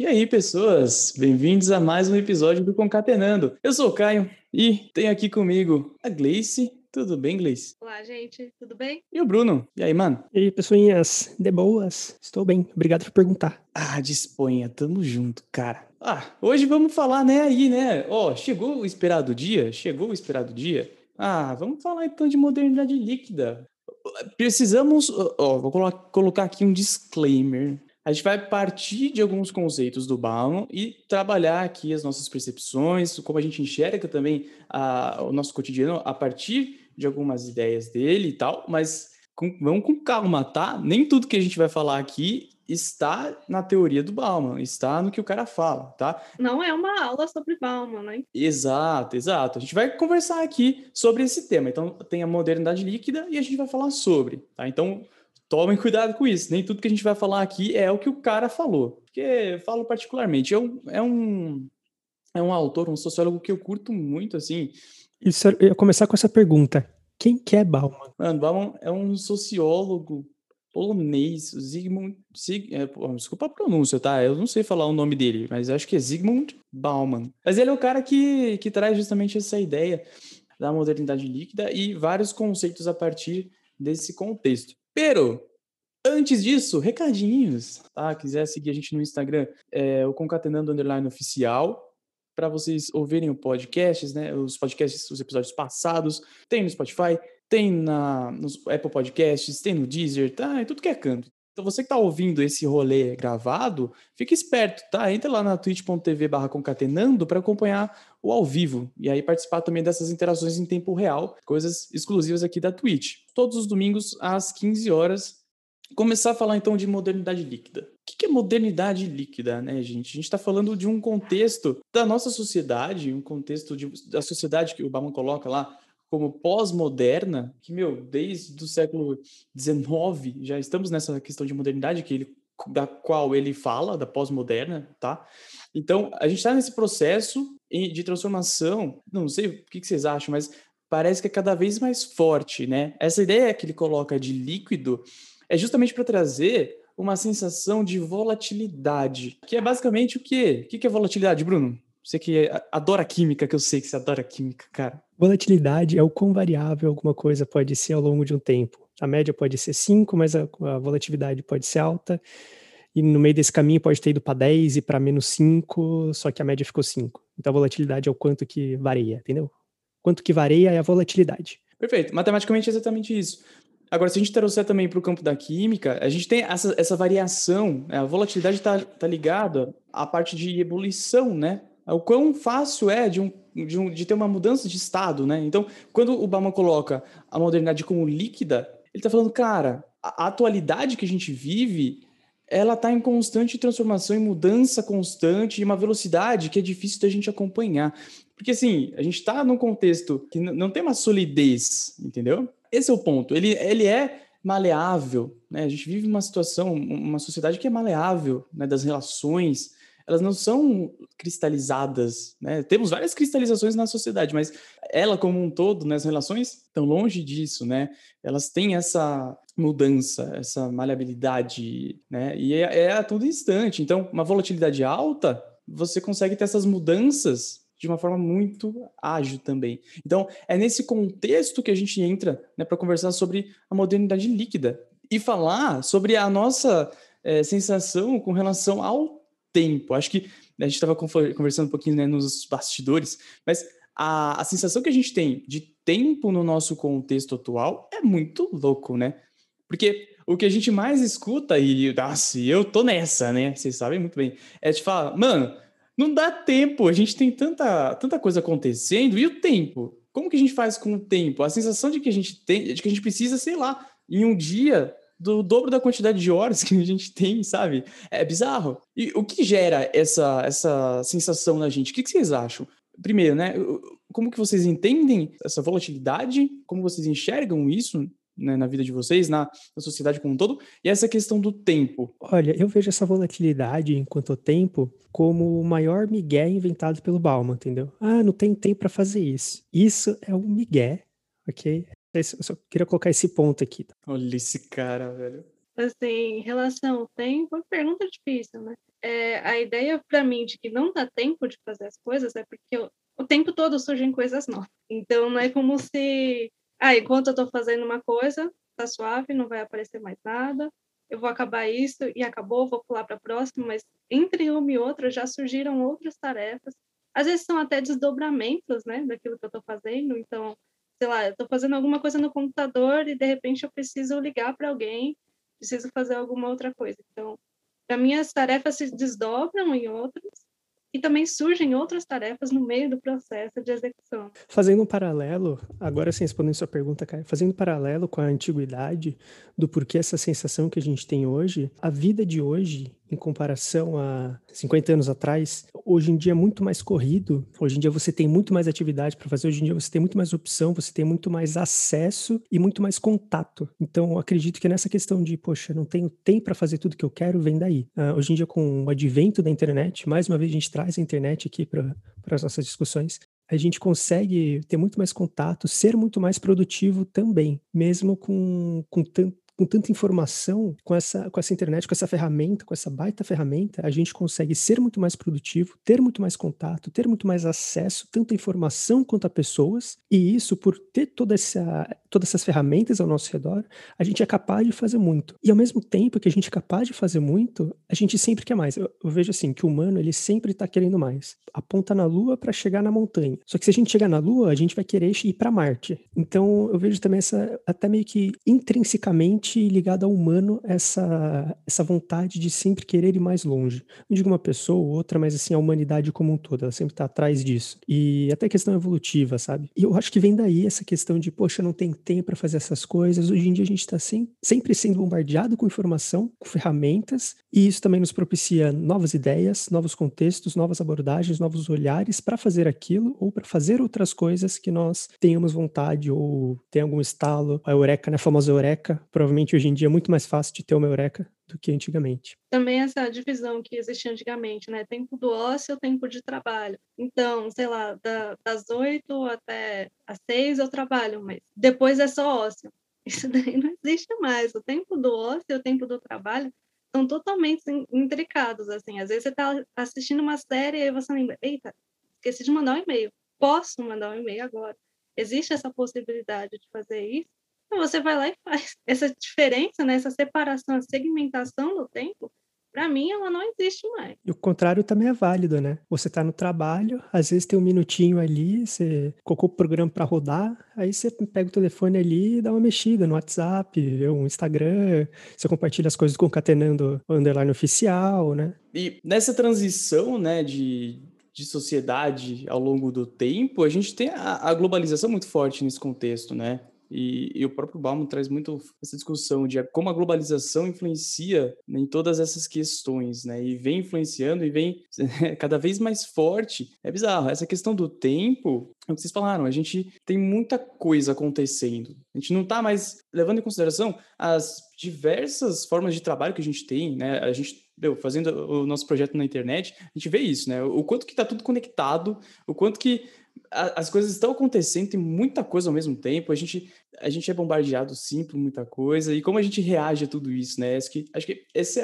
aí, pessoas? Bem-vindos a mais um episódio do Concatenando. Eu sou o Caio e tenho aqui comigo a Gleice. Tudo bem, Gleice? Olá, gente, tudo bem? E o Bruno. E aí, mano? E aí, pessoinhas, de boas? Estou bem, obrigado por perguntar. Disponha, tamo junto, cara. Hoje vamos falar, né? Chegou o esperado dia? Chegou o esperado dia? Vamos falar então de modernidade líquida. Precisamos, vou colocar aqui um disclaimer. A gente vai partir de alguns conceitos do Bauman e trabalhar aqui as nossas percepções, como a gente enxerga também o nosso cotidiano a partir de algumas ideias dele e tal, mas vamos com calma, tá? Nem tudo que a gente vai falar aqui está na teoria do Bauman, está no que o cara fala, tá? Não é uma aula sobre Bauman, né? Exato. A gente vai conversar aqui sobre esse tema. Então, tem a modernidade líquida e a gente vai falar sobre, tá? Então, tomem cuidado com isso. Nem tudo que a gente vai falar aqui é o que o cara falou. Porque, falo particularmente, é um autor, um sociólogo que eu curto muito, assim. Eu ia começar com essa pergunta. Quem que é Bauman? Mano, Bauman é um sociólogo polonês, desculpa a pronúncia, tá? Eu não sei falar o nome dele, mas acho que é Zygmunt Bauman. Mas ele é o cara que traz justamente essa ideia da modernidade líquida e vários conceitos a partir desse contexto. Pero, antes disso, recadinhos, tá? Quiser seguir a gente no Instagram, o Concatenando _oficial, para vocês ouvirem o podcast, né? Os podcasts, os episódios passados, tem no Spotify, tem nos Apple Podcasts, tem no Deezer, tá? Em tudo que é canto. Então você que tá ouvindo esse rolê gravado, fica esperto, tá? Entra lá na twitch.tv/concatenando para acompanhar o ao vivo e aí participar também dessas interações em tempo real, coisas exclusivas aqui da Twitch. Todos os domingos às 15 horas. Começar a falar então de modernidade líquida. O que é modernidade líquida, né, gente? A gente está falando de um contexto da nossa sociedade, um contexto da sociedade que o Bauman coloca lá como pós-moderna, que, desde o século XIX já estamos nessa questão de modernidade da qual ele fala, da pós-moderna, tá? Então, a gente está nesse processo de transformação, não sei o que vocês acham, mas parece que é cada vez mais forte, né? Essa ideia que ele coloca de líquido é justamente para trazer uma sensação de volatilidade, que é basicamente o quê? O que é volatilidade, Bruno? Você que adora química, que eu sei que você adora química, cara. Volatilidade é o quão variável alguma coisa pode ser ao longo de um tempo. A média pode ser 5, mas a volatilidade pode ser alta, e no meio desse caminho pode ter ido para 10 e para -5, só que a média ficou 5. Então a volatilidade é o quanto que varia, entendeu? Quanto que varia é a volatilidade. Perfeito. Matematicamente é exatamente isso. Agora, se a gente trouxer também para o campo da química, a gente tem essa variação, né? A volatilidade está ligada à parte de ebulição, né? O quão fácil é de ter uma mudança de estado, né? Então, quando o Bauman coloca a modernidade como líquida, ele está falando, cara, a atualidade que a gente vive, ela está em constante transformação, em mudança constante, e uma velocidade que é difícil da gente acompanhar. Porque, assim, a gente está num contexto que não tem uma solidez, entendeu? Esse é o ponto. Ele é maleável, né? A gente vive uma situação, uma sociedade que é maleável, né? Das relações, elas não são cristalizadas, né? Temos várias cristalizações na sociedade, mas ela como um todo, nas relações, estão longe disso, né? Elas têm essa mudança, essa maleabilidade, né? E é a todo instante. Então, uma volatilidade alta, você consegue ter essas mudanças de uma forma muito ágil também. Então, é nesse contexto que a gente entra, né, para conversar sobre a modernidade líquida e falar sobre a nossa sensação com relação ao tempo. Acho que a gente estava conversando um pouquinho, né, nos bastidores, mas a sensação que a gente tem de tempo no nosso contexto atual é muito louco, né? Porque o que a gente mais escuta, e eu tô nessa, né? Vocês sabem muito bem, é de falar, mano, não dá tempo, a gente tem tanta coisa acontecendo, e o tempo? Como que a gente faz com o tempo? A sensação de que a gente tem, de que a gente precisa, sei lá, em um dia, do dobro da quantidade de horas que a gente tem, sabe? É bizarro. E o que gera essa sensação na gente? O que vocês acham? Primeiro, né? Como que vocês entendem essa volatilidade? Como vocês enxergam isso, né, na vida de vocês, na sociedade como um todo? E essa questão do tempo? Olha, eu vejo essa volatilidade enquanto tempo como o maior migué inventado pelo Bauman, entendeu? Não tem tempo para fazer isso. Isso é um migué, ok? Eu só queria colocar esse ponto aqui. Tá? Olha esse cara, velho. Assim, em relação ao tempo, é uma pergunta difícil, né? A ideia para mim de que não dá tempo de fazer as coisas é porque o tempo todo surgem coisas novas. Então, não é como se, enquanto eu estou fazendo uma coisa, tá suave, não vai aparecer mais nada, eu vou acabar isso e acabou, vou pular para a próxima, mas entre uma e outra já surgiram outras tarefas. Às vezes são até desdobramentos, né, daquilo que eu estou fazendo. Então, sei lá, eu estou fazendo alguma coisa no computador e de repente eu preciso ligar para alguém, preciso fazer alguma outra coisa. Então, para mim, as tarefas se desdobram em outras e também surgem outras tarefas no meio do processo de execução. Fazendo um paralelo, agora sim respondendo sua pergunta, Caio, fazendo um paralelo com a antiguidade, do porquê essa sensação que a gente tem hoje, a vida de hoje, em comparação a 50 anos atrás, hoje em dia é muito mais corrido, hoje em dia você tem muito mais atividade para fazer, hoje em dia você tem muito mais opção, você tem muito mais acesso e muito mais contato. Então, eu acredito que nessa questão de, poxa, não tenho tempo para fazer tudo que eu quero, vem daí. Hoje em dia, com o advento da internet, mais uma vez a gente traz a internet aqui para as nossas discussões, a gente consegue ter muito mais contato, ser muito mais produtivo também, mesmo com tanta informação, com essa internet, com essa ferramenta, com essa baita ferramenta, a gente consegue ser muito mais produtivo, ter muito mais contato, ter muito mais acesso, tanto a informação quanto a pessoas, e isso, por ter todas essas ferramentas ao nosso redor, a gente é capaz de fazer muito. E ao mesmo tempo que a gente é capaz de fazer muito, a gente sempre quer mais. Eu vejo assim, que o humano, ele sempre está querendo mais. Aponta na Lua para chegar na montanha. Só que se a gente chegar na Lua, a gente vai querer ir para Marte. Então, eu vejo também até meio que intrinsecamente ligado ao humano, essa vontade de sempre querer ir mais longe. Não digo uma pessoa ou outra, mas assim, a humanidade como um todo, ela sempre tá atrás disso. E até questão evolutiva, sabe? E eu acho que vem daí essa questão de, poxa, não tem tempo para fazer essas coisas. Hoje em dia a gente tá sempre sendo bombardeado com informação, com ferramentas, e isso também nos propicia novas ideias, novos contextos, novas abordagens, novos olhares para fazer aquilo ou para fazer outras coisas que nós tenhamos vontade ou tem algum estalo, a eureka, né, a famosa eureka. Provavelmente hoje em dia é muito mais fácil de ter uma eureka do que antigamente. Também essa divisão que existia antigamente, né? Tempo do ócio e tempo de trabalho. Então, sei lá, das 8 até às 6 eu trabalho, mas depois é só ócio. Isso daí não existe mais. O tempo do ócio e o tempo do trabalho são totalmente intricados, assim. Às vezes você está assistindo uma série e aí você lembra, eita, esqueci de mandar um e-mail. Posso mandar um e-mail agora? Existe essa possibilidade de fazer isso? Então você vai lá e faz. Essa diferença, né, essa separação, a segmentação do tempo, para mim, ela não existe mais. E o contrário também é válido, né? Você tá no trabalho, às vezes tem um minutinho ali, você colocou o programa para rodar, aí você pega o telefone ali e dá uma mexida no WhatsApp, vê um Instagram, você compartilha as coisas concatenando o underline oficial, né? E nessa transição, né, de sociedade ao longo do tempo, a gente tem a globalização muito forte nesse contexto, né? E o próprio Bauman traz muito essa discussão de como a globalização influencia, né, em todas essas questões, né? E vem influenciando e vem cada vez mais forte. É bizarro. Essa questão do tempo, é o que vocês falaram, a gente tem muita coisa acontecendo. A gente não está mais levando em consideração as diversas formas de trabalho que a gente tem, né? A gente fazendo o nosso projeto na internet, a gente vê isso, né? O quanto que está tudo conectado, o quanto que as coisas estão acontecendo, tem muita coisa ao mesmo tempo, a gente é bombardeado sim por muita coisa, e como a gente reage a tudo isso, né? Acho que essa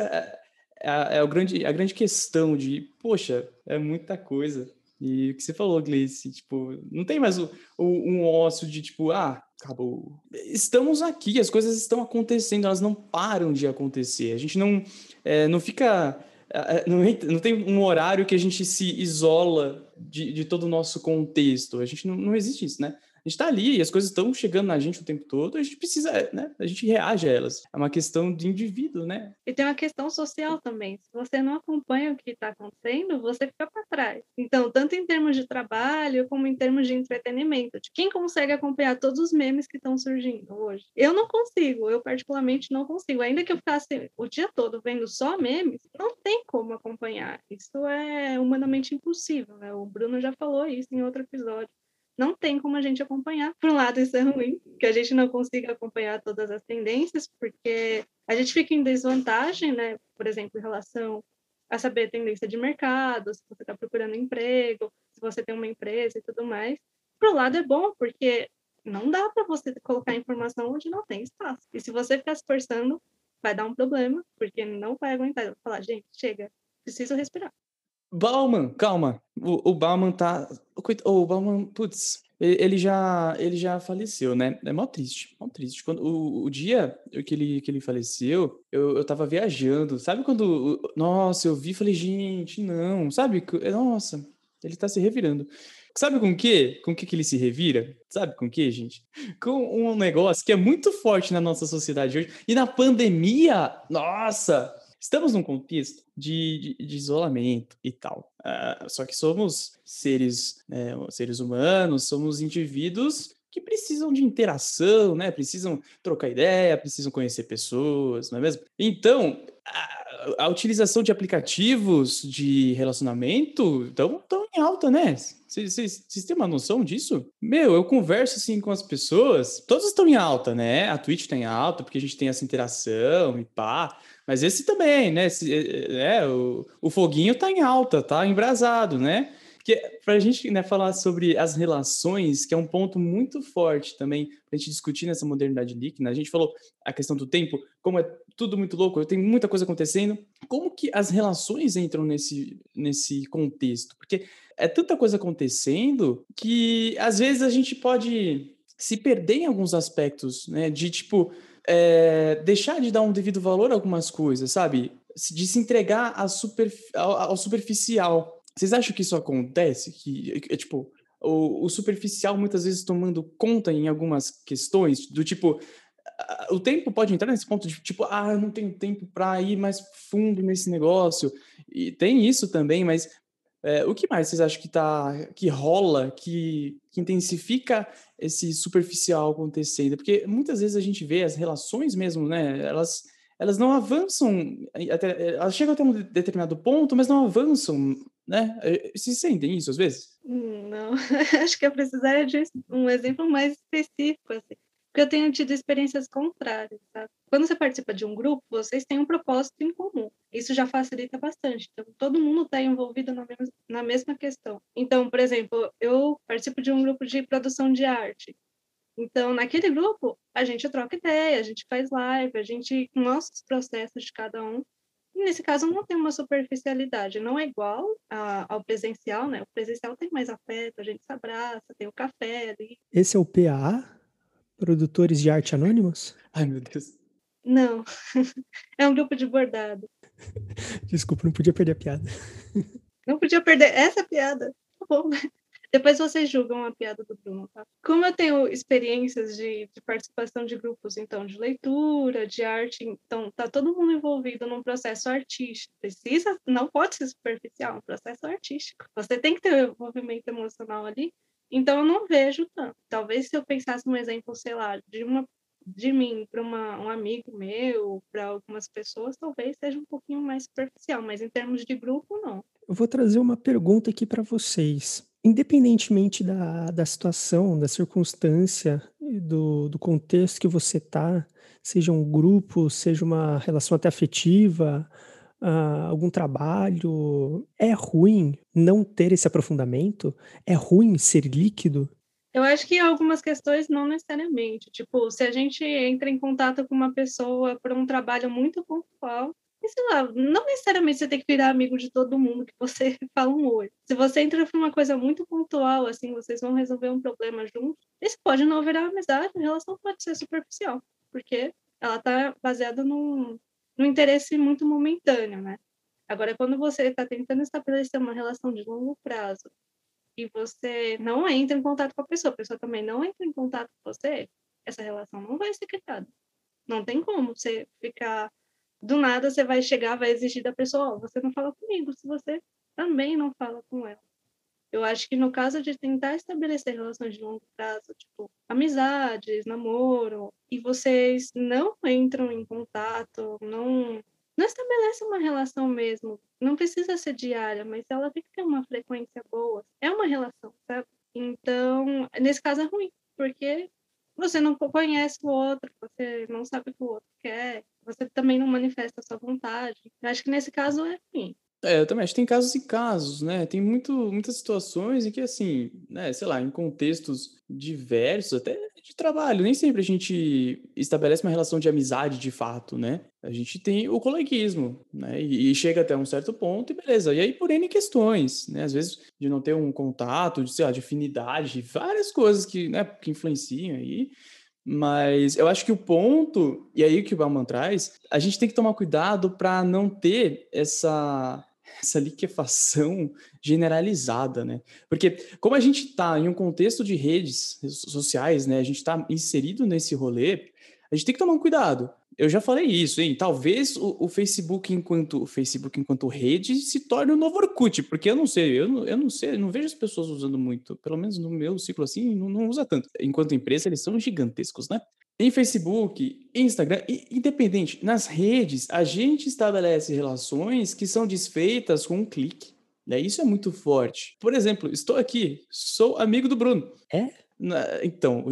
é a grande questão de, poxa, é muita coisa. E o que você falou, Gleice, tipo, não tem mais um ócio de tipo, acabou. Estamos aqui, as coisas estão acontecendo, elas não param de acontecer. A gente não fica. Não tem um horário que a gente se isola de todo o nosso contexto. A gente não existe isso, né? A gente tá ali e as coisas estão chegando na gente o tempo todo, a gente precisa, né? A gente reage a elas. É uma questão de indivíduo, né? E tem uma questão social também. Se você não acompanha o que está acontecendo, você fica para trás. Então, tanto em termos de trabalho, como em termos de entretenimento. De quem consegue acompanhar todos os memes que estão surgindo hoje? Eu não consigo, eu particularmente não consigo. Ainda que eu ficasse o dia todo vendo só memes, não tem como acompanhar. Isso é humanamente impossível, né? O Bruno já falou isso em outro episódio. Não tem como a gente acompanhar. Por um lado, isso é ruim, que a gente não consiga acompanhar todas as tendências, porque a gente fica em desvantagem, né? Por exemplo, em relação a saber a tendência de mercado, se você está procurando emprego, se você tem uma empresa e tudo mais. Por um lado, é bom, porque não dá para você colocar informação onde não tem espaço. E se você ficar se forçando, vai dar um problema, porque não vai aguentar. Vai falar, gente, chega. Preciso respirar. Bauman, calma. O Bauman tá. O Bauman, putz, ele já faleceu, né? É mó triste, mó triste. Quando, o dia que ele faleceu, eu tava viajando. Sabe quando. Nossa, eu vi e falei, gente, não. Sabe? Nossa, ele tá se revirando. Sabe com o quê? Com o que ele se revira? Sabe com o quê, gente? Com um negócio que é muito forte na nossa sociedade hoje. E na pandemia, nossa! Estamos num contexto de isolamento e tal. Só que somos seres humanos, somos indivíduos que precisam de interação, né? Precisam trocar ideia, precisam conhecer pessoas, não é mesmo? Então, a utilização de aplicativos de relacionamento estão em alta, né? Vocês têm uma noção disso? Meu, eu converso assim com as pessoas, todas estão em alta, né? A Twitch está em alta porque a gente tem essa interação e pá. Mas esse também, né? O foguinho tá em alta, tá embrasado, né? Que para a gente, né, falar sobre as relações, que é um ponto muito forte também para a gente discutir nessa modernidade líquida. A gente falou a questão do tempo, como é tudo muito louco, eu tenho muita coisa acontecendo. Como que as relações entram nesse contexto? Porque é tanta coisa acontecendo que às vezes a gente pode se perder em alguns aspectos, né? De tipo deixar de dar um devido valor a algumas coisas, sabe? De se entregar ao superficial. Vocês acham que isso acontece? Que tipo, o superficial muitas vezes tomando conta em algumas questões, do tipo, o tempo pode entrar nesse ponto de tipo, eu não tenho tempo para ir mais fundo nesse negócio. E tem isso também, mas o que mais vocês acham que rola, que intensifica esse superficial acontecendo? Porque muitas vezes a gente vê as relações mesmo, né? Elas não avançam, elas chegam até um determinado ponto, mas não avançam, né? Vocês sentem isso às vezes? Não, acho que eu precisaria de um exemplo mais específico, assim, porque eu tenho tido experiências contrárias, sabe? Quando você participa de um grupo, vocês têm um propósito em comum. Isso já facilita bastante. Então, todo mundo está envolvido na mesma questão. Então, por exemplo, eu participo de um grupo de produção de arte. Então, naquele grupo, a gente troca ideia, a gente faz live, a gente mostra os processos de cada um. E nesse caso, não tem uma superficialidade, não é igual ao presencial, né? O presencial tem mais afeto, a gente se abraça, tem o café ali. Esse é o PAA? Produtores de Arte Anônimos? Ai, meu Deus. Não, é um grupo de bordado. Desculpa, não podia perder a piada. Não podia perder essa piada. Tá bom. Depois vocês julgam a piada do Bruno, tá? Como eu tenho experiências de participação de grupos, então, de leitura, de arte, então, tá todo mundo envolvido num processo artístico. Não pode ser superficial, é um processo artístico. Você tem que ter um envolvimento emocional ali. Então, eu não vejo tanto. Talvez se eu pensasse num exemplo, sei lá, de mim para um amigo meu, para algumas pessoas, talvez seja um pouquinho mais superficial, mas em termos de grupo, não. Eu vou trazer uma pergunta aqui para vocês. Independentemente da situação, da circunstância, e do contexto que você está, seja um grupo, seja uma relação até afetiva, algum trabalho, é ruim não ter esse aprofundamento? É ruim ser líquido? Eu acho que algumas questões não necessariamente. Tipo, se a gente entra em contato com uma pessoa por um trabalho muito pontual, e sei lá, não necessariamente você tem que virar amigo de todo mundo que você fala um oi. Se você entra por uma coisa muito pontual, assim, vocês vão resolver um problema juntos, isso pode não virar amizade, a relação pode ser superficial, porque ela tá baseada num interesse muito momentâneo, né? Agora, quando você está tentando estabelecer uma relação de longo prazo, e você não entra em contato com a pessoa também não entra em contato com você, essa relação não vai ser criada. Não tem como você ficar... Do nada você vai chegar, vai exigir da pessoa, você não fala comigo, se você também não fala com ela. Eu acho que no caso de tentar estabelecer relações de longo prazo, tipo amizades, namoro, e vocês não entram em contato, não estabelece uma relação mesmo. Não precisa ser diária, mas ela tem que ter uma frequência boa. É uma relação, sabe? Então, nesse caso é ruim, porque você não conhece o outro, você não sabe o que o outro quer, você também não manifesta a sua vontade. Eu acho que nesse caso é ruim. Eu também acho que tem casos e casos, né? Tem muitas situações em que, assim, né, sei lá, em contextos diversos, até de trabalho, nem sempre a gente estabelece uma relação de amizade de fato, né? A gente tem o coleguismo, né? E chega até um certo ponto e beleza. E aí por N questões, né? Às vezes de não ter um contato, de, sei lá, de afinidade, várias coisas que, né, que influenciam aí. Mas eu acho que o ponto, e aí que o Bauman traz, a gente tem que tomar cuidado para não ter essa liquefação generalizada, né? Porque como a gente está em um contexto de redes sociais, né? A gente está inserido nesse rolê, a gente tem que tomar um cuidado. Eu já falei isso, hein? Talvez o Facebook enquanto rede se torne o novo Orkut, porque eu não sei, eu não sei, eu não vejo as pessoas usando muito, pelo menos no meu ciclo assim, não usa tanto. Enquanto empresa, eles são gigantescos, né? Em Facebook, Instagram, independente, nas redes, a gente estabelece relações que são desfeitas com um clique. Né? Isso é muito forte. Por exemplo, estou aqui, sou amigo do Bruno. Então,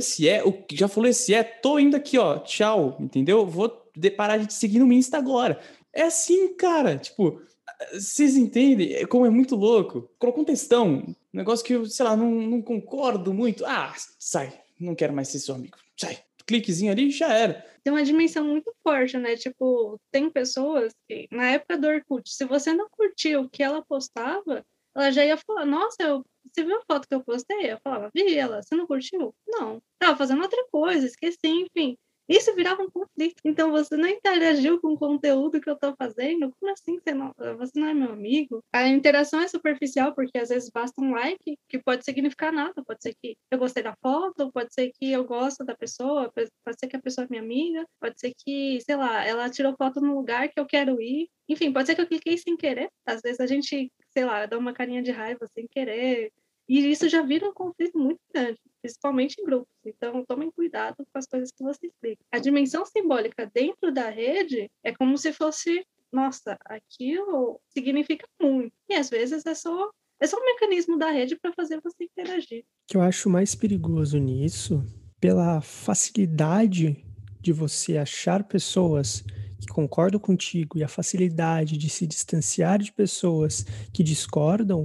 já falou esse tô indo aqui, ó, tchau, entendeu? Vou parar de te seguir no Insta agora. É assim, cara, tipo, vocês entendem como é muito louco? Colocou um textão, um negócio que eu, sei lá, não concordo muito. Ah, sai, não quero mais ser seu amigo, sai. Cliquezinho ali, já era. Tem uma dimensão muito forte, né? Tipo, tem pessoas que, na época do Orkut, se você não curtiu o que ela postava, ela já ia falar, nossa, você viu a foto que eu postei? Eu falava, vi ela, você não curtiu? Não. Tava fazendo outra coisa, esqueci, enfim. Isso virava um conflito. Então, você não interagiu com o conteúdo que eu tô fazendo? Como assim você não é meu amigo? A interação é superficial, porque às vezes basta um like, que pode significar nada. Pode ser que eu gostei da foto, pode ser que eu gosto da pessoa, pode ser que a pessoa é minha amiga, pode ser que, sei lá, ela tirou foto no lugar que eu quero ir. Enfim, pode ser que eu cliquei sem querer. Às vezes a gente, sei lá, dá uma carinha de raiva sem querer. E isso já vira um conflito muito grande, principalmente em grupos. Então, tomem cuidado com as coisas que vocês clicam. A dimensão simbólica dentro da rede é como se fosse, nossa, aquilo significa muito. E às vezes é só um mecanismo da rede para fazer você interagir. O que eu acho mais perigoso nisso, pela facilidade de você achar pessoas que concordam contigo e a facilidade de se distanciar de pessoas que discordam,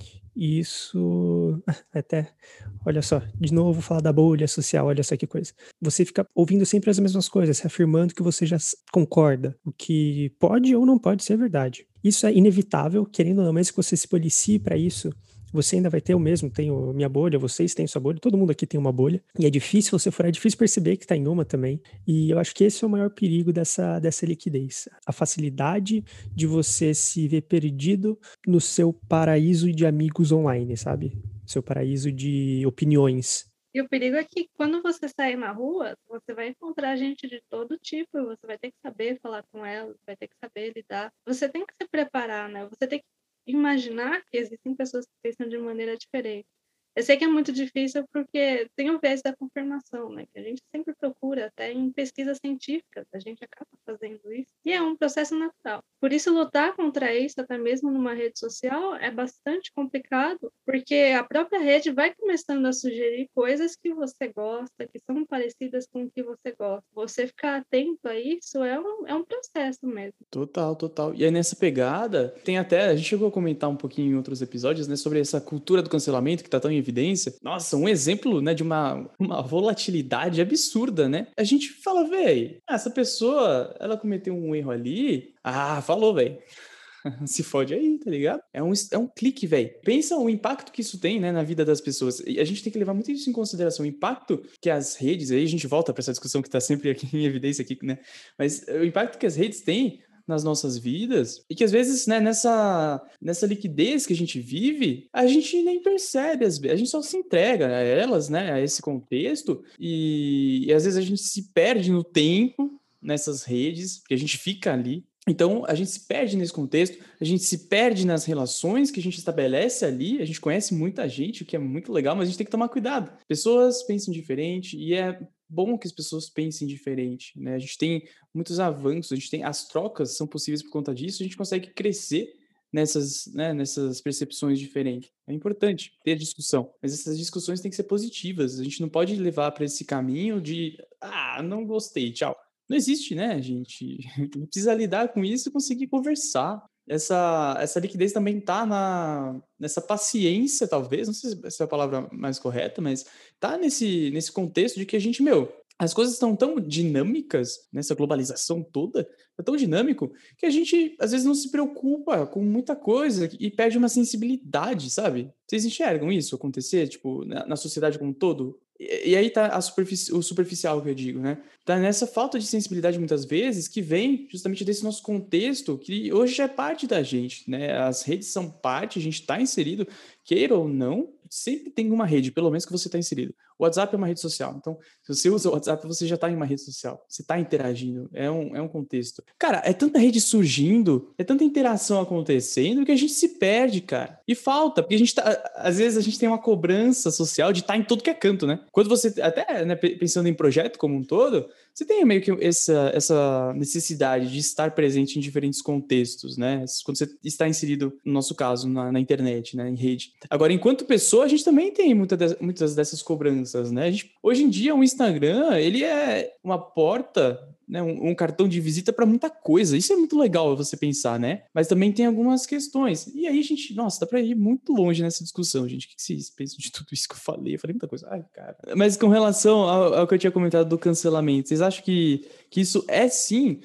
isso até, olha só, de novo falar da bolha social, olha só que coisa. Você fica ouvindo sempre as mesmas coisas, afirmando que você já concorda, o que pode ou não pode ser verdade. Isso é inevitável, querendo ou não, mesmo que você se policie para isso, você ainda vai ter o mesmo, tenho minha bolha, vocês têm sua bolha, todo mundo aqui tem uma bolha, e é difícil você for, é difícil perceber que tá em uma também, e eu acho que esse é o maior perigo dessa liquidez, a facilidade de você se ver perdido no seu paraíso de amigos online, sabe? Seu paraíso de opiniões. E o perigo é que quando você sair na rua, você vai encontrar gente de todo tipo, e você vai ter que saber falar com ela, vai ter que saber lidar. Você tem que se preparar, né? Você tem que imaginar que existem pessoas que pensam de maneira diferente. Eu sei que é muito difícil porque tem o viés da confirmação, né? Que a gente sempre procura, até em pesquisas científicas, a gente acaba fazendo isso. E é um processo natural. Por isso, lutar contra isso, até mesmo numa rede social, é bastante complicado, porque a própria rede vai começando a sugerir coisas que você gosta, que são parecidas com o que você gosta. Você ficar atento a isso é um processo mesmo. Total, total. E aí nessa pegada, tem até, a gente chegou a comentar um pouquinho em outros episódios, né, sobre essa cultura do cancelamento que tá tão em evidência. Nossa, um exemplo, né, de uma volatilidade absurda, né? A gente fala, véi, essa pessoa, ela cometeu um erro ali, falou, véi. Se fode aí, tá ligado? É um clique, velho. Pensa o impacto que isso tem, né, na vida das pessoas. E a gente tem que levar muito isso em consideração. O impacto que as redes, aí a gente volta para essa discussão que tá sempre aqui em evidência aqui, né? Mas o impacto que as redes têm nas nossas vidas e que às vezes, né, nessa liquidez que a gente vive, a gente nem percebe, a gente só se entrega a elas, né, a esse contexto e às vezes a gente se perde no tempo nessas redes, porque a gente fica ali. Então, a gente se perde nesse contexto, a gente se perde nas relações que a gente estabelece ali, a gente conhece muita gente, o que é muito legal, mas a gente tem que tomar cuidado. Pessoas pensam diferente e é bom que as pessoas pensem diferente, né? A gente tem muitos avanços, as trocas são possíveis por conta disso, a gente consegue crescer nessas percepções diferentes. É importante ter discussão, mas essas discussões têm que ser positivas, a gente não pode levar para esse caminho de, não gostei, tchau. Não existe, né, gente? Precisa lidar com isso e conseguir conversar. essa liquidez também tá nessa paciência, talvez, não sei se essa é a palavra mais correta, mas tá nesse contexto de que a gente, as coisas estão tão dinâmicas, nessa globalização toda, é tão dinâmico, que a gente, às vezes, não se preocupa com muita coisa e perde uma sensibilidade, sabe? Vocês enxergam isso acontecer, tipo, na sociedade como um todo? E aí tá o superficial que eu digo, né? Tá nessa falta de sensibilidade, muitas vezes, que vem justamente desse nosso contexto, que hoje já é parte da gente, né? As redes são parte, a gente está inserido, queira ou não, sempre tem uma rede, pelo menos que você está inserido. O WhatsApp é uma rede social, então, se você usa o WhatsApp, você já está em uma rede social, você está interagindo, é um contexto. Cara, é tanta rede surgindo, é tanta interação acontecendo, que a gente se perde, cara. E falta, porque às vezes a gente tem uma cobrança social de estar em tudo que é canto, né? Quando você, até né, pensando em projeto como um todo, você tem meio que essa necessidade de estar presente em diferentes contextos, né? Quando você está inserido, no nosso caso, na internet, né? Em rede. Agora, enquanto pessoa, a gente também tem muitas dessas cobranças, né? Hoje em dia, o Instagram, ele é uma porta, né, um cartão de visita para muita coisa. Isso é muito legal você pensar, né? Mas também tem algumas questões. E aí, nossa, dá para ir muito longe nessa discussão, gente. O que vocês pensam de tudo isso que eu falei? Eu falei muita coisa. Ai, cara. Mas com relação ao que eu tinha comentado do cancelamento, vocês acham que isso é sim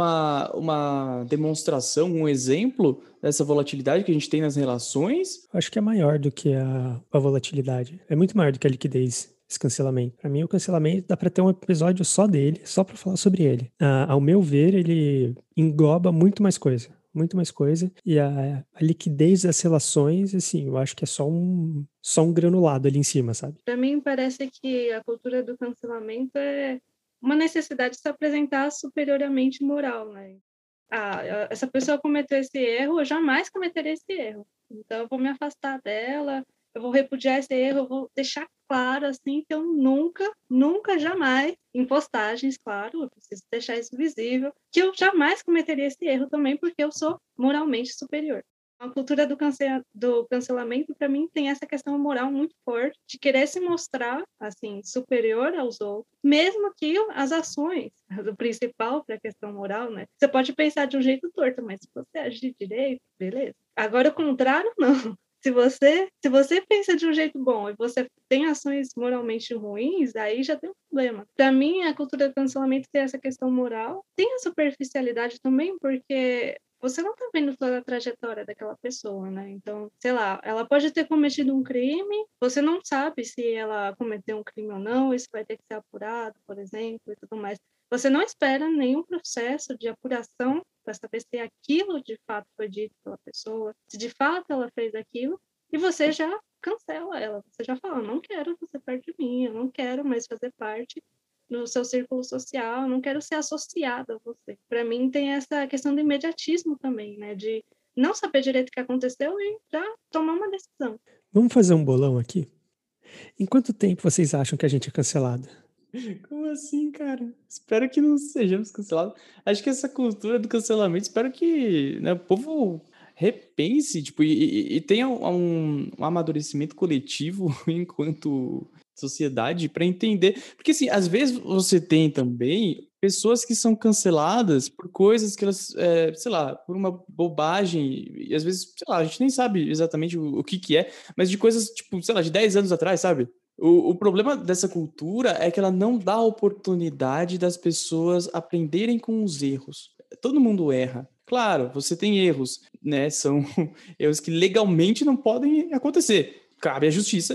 uma demonstração, um exemplo dessa volatilidade que a gente tem nas relações? Acho que é maior do que a volatilidade. É muito maior do que a liquidez, esse cancelamento. Para mim, o cancelamento dá para ter um episódio só dele, só para falar sobre ele. Ao meu ver, ele engloba muito mais coisa. Muito mais coisa. E a liquidez das relações, assim, eu acho que é só um granulado ali em cima, sabe? Para mim, parece que a cultura do cancelamento é uma necessidade de se apresentar superiormente moral, né? Essa pessoa cometeu esse erro, eu jamais cometeria esse erro. Então, eu vou me afastar dela, eu vou repudiar esse erro, eu vou deixar claro, assim, que eu nunca, jamais, em postagens, claro, eu preciso deixar isso visível, que eu jamais cometeria esse erro também, porque eu sou moralmente superior. A cultura do cancelamento, para mim, tem essa questão moral muito forte, de querer se mostrar, assim, superior aos outros, mesmo que as ações, o principal para a questão moral, né? Você pode pensar de um jeito torto, mas se você agir direito, beleza. Agora, o contrário, não. Se você pensa de um jeito bom e você tem ações moralmente ruins, aí já tem um problema. Para mim, a cultura do cancelamento tem essa questão moral, tem a superficialidade também, porque você não tá vendo toda a trajetória daquela pessoa, né? Então, sei lá, ela pode ter cometido um crime, você não sabe se ela cometeu um crime ou não, isso vai ter que ser apurado, por exemplo, e tudo mais. Você não espera nenhum processo de apuração para saber se aquilo de fato foi dito pela pessoa, se de fato ela fez aquilo, e você já cancela ela, você já fala, não quero você perto de mim, eu não quero mais fazer parte no seu círculo social, não quero ser associada a você. Para mim tem essa questão do imediatismo também, né, de não saber direito o que aconteceu e já tomar uma decisão. Vamos fazer um bolão aqui? Em quanto tempo vocês acham que a gente é cancelado? Como assim, cara? Espero que não sejamos cancelados. Acho que essa cultura do cancelamento, espero que, né, o povo repense, tipo, e tenha um amadurecimento coletivo enquanto sociedade para entender. Porque, assim, às vezes você tem também pessoas que são canceladas por coisas que elas, sei lá, por uma bobagem, e às vezes, sei lá, a gente nem sabe exatamente o que é, mas de coisas, tipo, sei lá, de 10 anos atrás, sabe? O problema dessa cultura é que ela não dá a oportunidade das pessoas aprenderem com os erros. Todo mundo erra. Claro, você tem erros, né? São erros que legalmente não podem acontecer. Cabe à justiça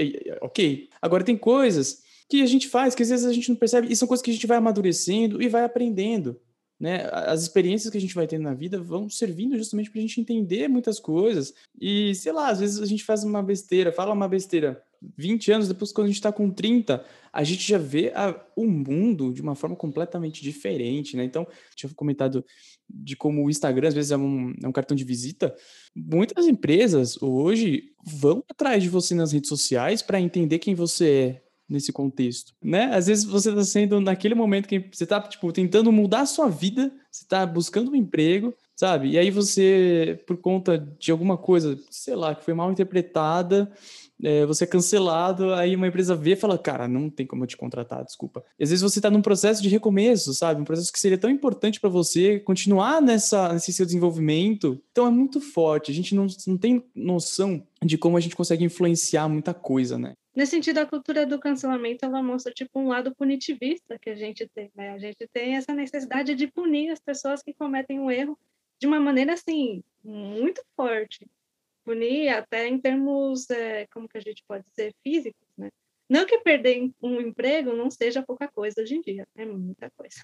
ok. Agora tem coisas que a gente faz que às vezes a gente não percebe e são coisas que a gente vai amadurecendo e vai aprendendo, né? As experiências que a gente vai tendo na vida vão servindo justamente para a gente entender muitas coisas e, sei lá, às vezes a gente faz uma besteira, fala uma besteira 20 anos depois, quando a gente está com 30, a gente já vê o mundo de uma forma completamente diferente, né? Então, tinha comentado de como o Instagram, às vezes, é um cartão de visita. Muitas empresas, hoje, vão atrás de você nas redes sociais para entender quem você é nesse contexto, né? Às vezes você está sendo, naquele momento, que você está, tipo, tentando mudar a sua vida, você está buscando um emprego, sabe? E aí você, por conta de alguma coisa, sei lá, que foi mal interpretada, você é cancelado, aí uma empresa vê e fala, cara, não tem como eu te contratar, desculpa. E às vezes você tá num processo de recomeço, sabe? Um processo que seria tão importante para você continuar nesse seu desenvolvimento. Então é muito forte, a gente não tem noção de como a gente consegue influenciar muita coisa, né? Nesse sentido, a cultura do cancelamento, ela mostra, tipo, um lado punitivista que a gente tem, né? A gente tem essa necessidade de punir as pessoas que cometem um erro de uma maneira, assim, muito forte. Punir até em termos, como que a gente pode dizer, físicos, né? Não que perder um emprego não seja pouca coisa hoje em dia, é muita coisa.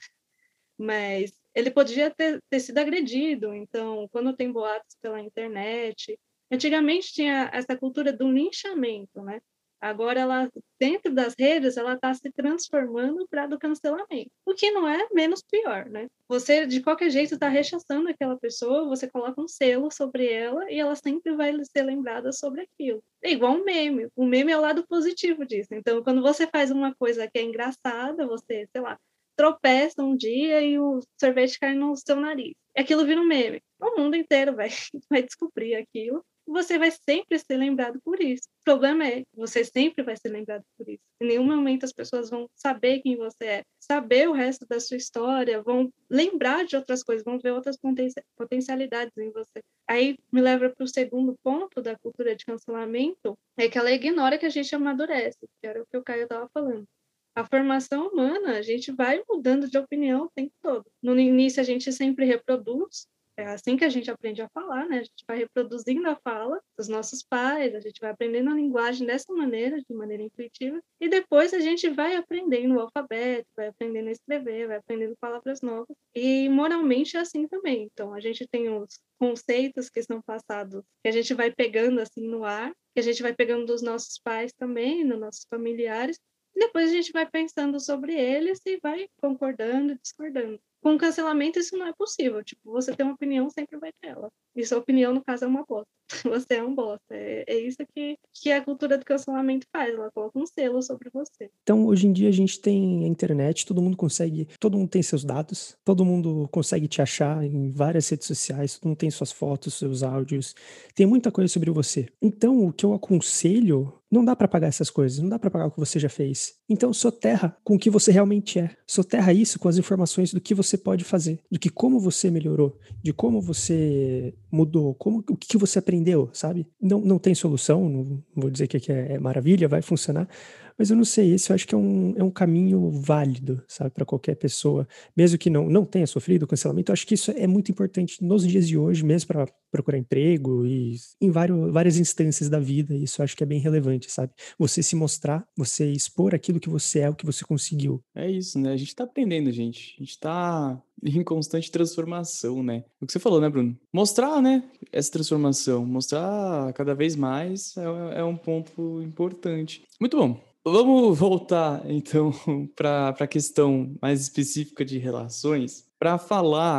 Mas ele podia ter sido agredido, então, quando tem boatos pela internet... Antigamente tinha essa cultura do linchamento, né? Agora, ela, dentro das redes, ela está se transformando para do cancelamento, o que não é menos pior, né? Você, de qualquer jeito, está rechaçando aquela pessoa, você coloca um selo sobre ela e ela sempre vai ser lembrada sobre aquilo. É igual um meme. O meme é o lado positivo disso. Então, quando você faz uma coisa que é engraçada, você, sei lá, tropeça um dia e o sorvete cai no seu nariz. Aquilo vira um meme. O mundo inteiro vai descobrir aquilo. Você vai sempre ser lembrado por isso. O problema é, você sempre vai ser lembrado por isso. Em nenhum momento as pessoas vão saber quem você é, saber o resto da sua história, vão lembrar de outras coisas, vão ver outras potencialidades em você. Aí me leva para o segundo ponto da cultura de cancelamento, é que ela ignora que a gente amadurece, que era o que o Caio estava falando. A formação humana, a gente vai mudando de opinião o tempo todo. No início, a gente sempre reproduz, é assim que a gente aprende a falar, né? A gente vai reproduzindo a fala dos nossos pais, a gente vai aprendendo a linguagem dessa maneira, de maneira intuitiva, e depois a gente vai aprendendo o alfabeto, vai aprendendo a escrever, vai aprendendo palavras novas, e moralmente é assim também. Então, a gente tem os conceitos que são passados, que a gente vai pegando assim no ar, que a gente vai pegando dos nossos pais também, dos nossos familiares, e depois a gente vai pensando sobre eles e vai concordando e discordando. Com cancelamento isso não é possível. Tipo, você tem uma opinião, sempre vai ter ela. E sua opinião, no caso, é uma bosta. Você é um bosta. É isso que a cultura do cancelamento faz. Ela coloca um selo sobre você. Então, hoje em dia, a gente tem a internet, todo mundo tem seus dados, todo mundo consegue te achar em várias redes sociais, todo mundo tem suas fotos, seus áudios, tem muita coisa sobre você. Então, o que eu aconselho, não dá pra pagar essas coisas, não dá pra pagar o que você já fez. Então, soterra com o que você realmente é. Soterra isso com as informações do que você pode fazer, do que como você melhorou, de como você mudou, o que você aprendeu, sabe? Não tem solução, não vou dizer que é maravilha, vai funcionar, mas eu não sei, esse eu acho que é um caminho válido, sabe, para qualquer pessoa, mesmo que não tenha sofrido cancelamento. Eu acho que isso é muito importante nos dias de hoje, mesmo para procurar emprego e em várias instâncias da vida. Isso eu acho que é bem relevante, sabe? Você se mostrar, você expor aquilo que você é, o que você conseguiu. É isso, né? A gente tá aprendendo, gente. A gente tá em constante transformação, né? O que você falou, né, Bruno? Mostrar, né, essa transformação, mostrar cada vez mais é um ponto importante. Muito bom. Vamos voltar, então, para a questão mais específica de relações, para falar,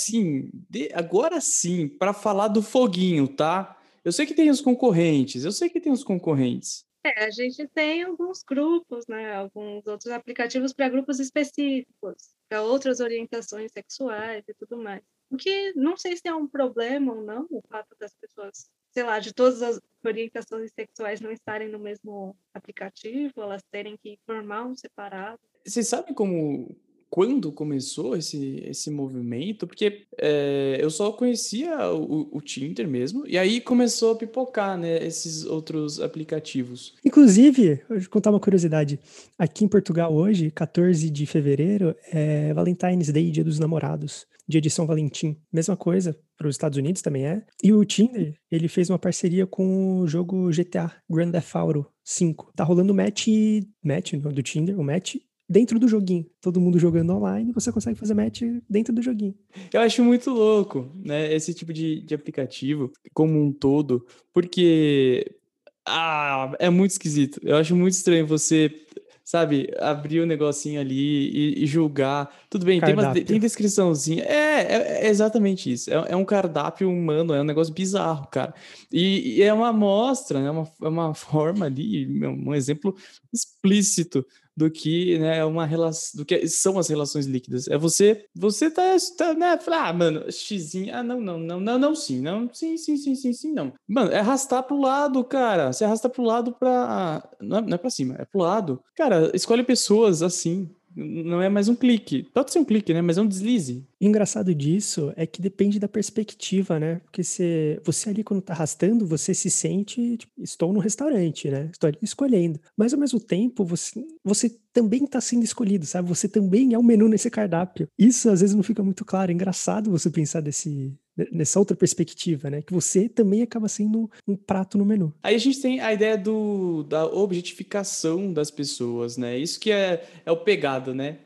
agora sim, para falar do foguinho, tá? Eu sei que tem os concorrentes, A gente tem alguns grupos, né? Alguns outros aplicativos para grupos específicos, para outras orientações sexuais e tudo mais. O que não sei se é um problema ou não, o fato das pessoas, sei lá, de todas as orientações sexuais não estarem no mesmo aplicativo, elas terem que formar um separado. Vocês sabem quando começou esse movimento? Porque eu só conhecia o Tinder mesmo, e aí começou a pipocar, né, esses outros aplicativos. Inclusive, eu vou contar uma curiosidade. Aqui em Portugal hoje, 14 de fevereiro, é Valentine's Day, Dia dos Namorados, dia de São Valentim. Mesma coisa, para os Estados Unidos também é. E o Tinder, ele fez uma parceria com o jogo GTA, Grand Theft Auto 5. Tá rolando match do Tinder, o match dentro do joguinho. Todo mundo jogando online, você consegue fazer match dentro do joguinho. Eu acho muito louco, né, esse tipo de aplicativo como um todo, porque é muito esquisito. Eu acho muito estranho você, sabe, abrir o negocinho ali e julgar. Tudo bem, tem descriçãozinha. É exatamente isso. É um cardápio humano, é um negócio bizarro, cara. E é uma amostra, né? É uma forma ali, um exemplo explícito do que, né, uma relação, do que são as relações líquidas. É você tá, né, falar, mano, xizinho, não, sim, não, sim, não. Mano, é arrastar pro lado, cara. Você arrasta pro lado não é pra cima, é pro lado. Cara, escolhe pessoas assim. Não é mais um clique. Pode ser um clique, né? Mas é um deslize. O engraçado disso é que depende da perspectiva, né? Porque você ali, quando tá arrastando, você se sente, tipo, estou no restaurante, né? Estou ali escolhendo. Mas, ao mesmo tempo, você também tá sendo escolhido, sabe? Você também é um menu nesse cardápio. Isso, às vezes, não fica muito claro. É engraçado você pensar nessa outra perspectiva, né? Que você também acaba sendo um prato no menu. Aí a gente tem a ideia da objetificação das pessoas, né? Isso que é o pegado, né?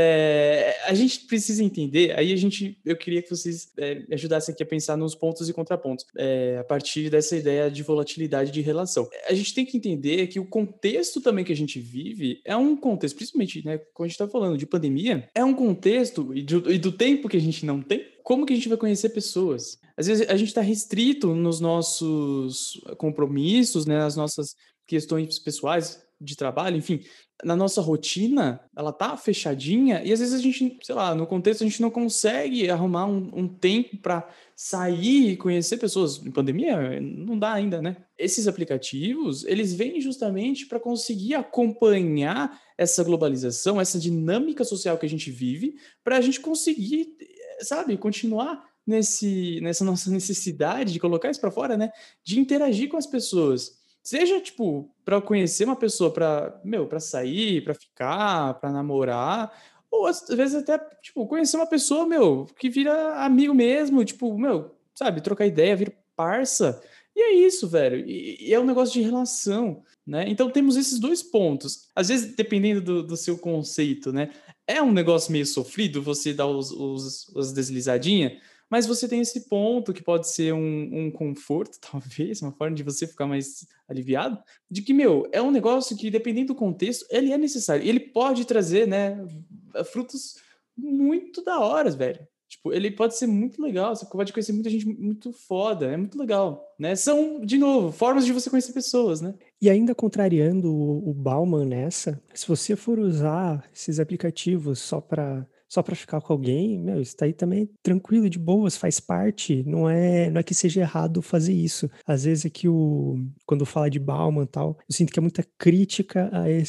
A gente precisa entender, eu queria que vocês me ajudassem aqui a pensar nos pontos e contrapontos, a partir dessa ideia de volatilidade de relação. A gente tem que entender que o contexto também que a gente vive é um contexto, principalmente, né, quando a gente está falando de pandemia, é um contexto e do tempo que a gente não tem. Como que a gente vai conhecer pessoas? Às vezes a gente está restrito nos nossos compromissos, né, nas nossas questões pessoais de trabalho, enfim, na nossa rotina, ela tá fechadinha e às vezes a gente, sei lá, no contexto a gente não consegue arrumar um tempo para sair e conhecer pessoas. Em pandemia não dá ainda, né? Esses aplicativos, eles vêm justamente para conseguir acompanhar essa globalização, essa dinâmica social que a gente vive, para a gente conseguir, sabe, continuar nessa nossa necessidade de colocar isso para fora, né? De interagir com as pessoas. Seja, tipo, para conhecer uma pessoa para sair, para ficar, para namorar, ou às vezes até, tipo, conhecer uma pessoa, que vira amigo mesmo, tipo, sabe, trocar ideia, vira parça. E é isso, velho. E é um negócio de relação, né? Então temos esses dois pontos. Às vezes, dependendo do seu conceito, né? É um negócio meio sofrido você dar as deslizadinhas, mas você tem esse ponto que pode ser um conforto, talvez, uma forma de você ficar mais aliviado, de que, é um negócio que, dependendo do contexto, ele é necessário. E ele pode trazer, né, frutos muito da hora, velho. Tipo, ele pode ser muito legal, você pode conhecer muita gente muito foda, é muito legal, né? São, de novo, formas de você conhecer pessoas, né? E ainda contrariando o Bauman nessa, se você for usar esses aplicativos só para ficar com alguém, isso tá aí também tranquilo, de boas, faz parte, não é que seja errado fazer isso. Às vezes é que quando fala de Bauman e tal, eu sinto que é muita crítica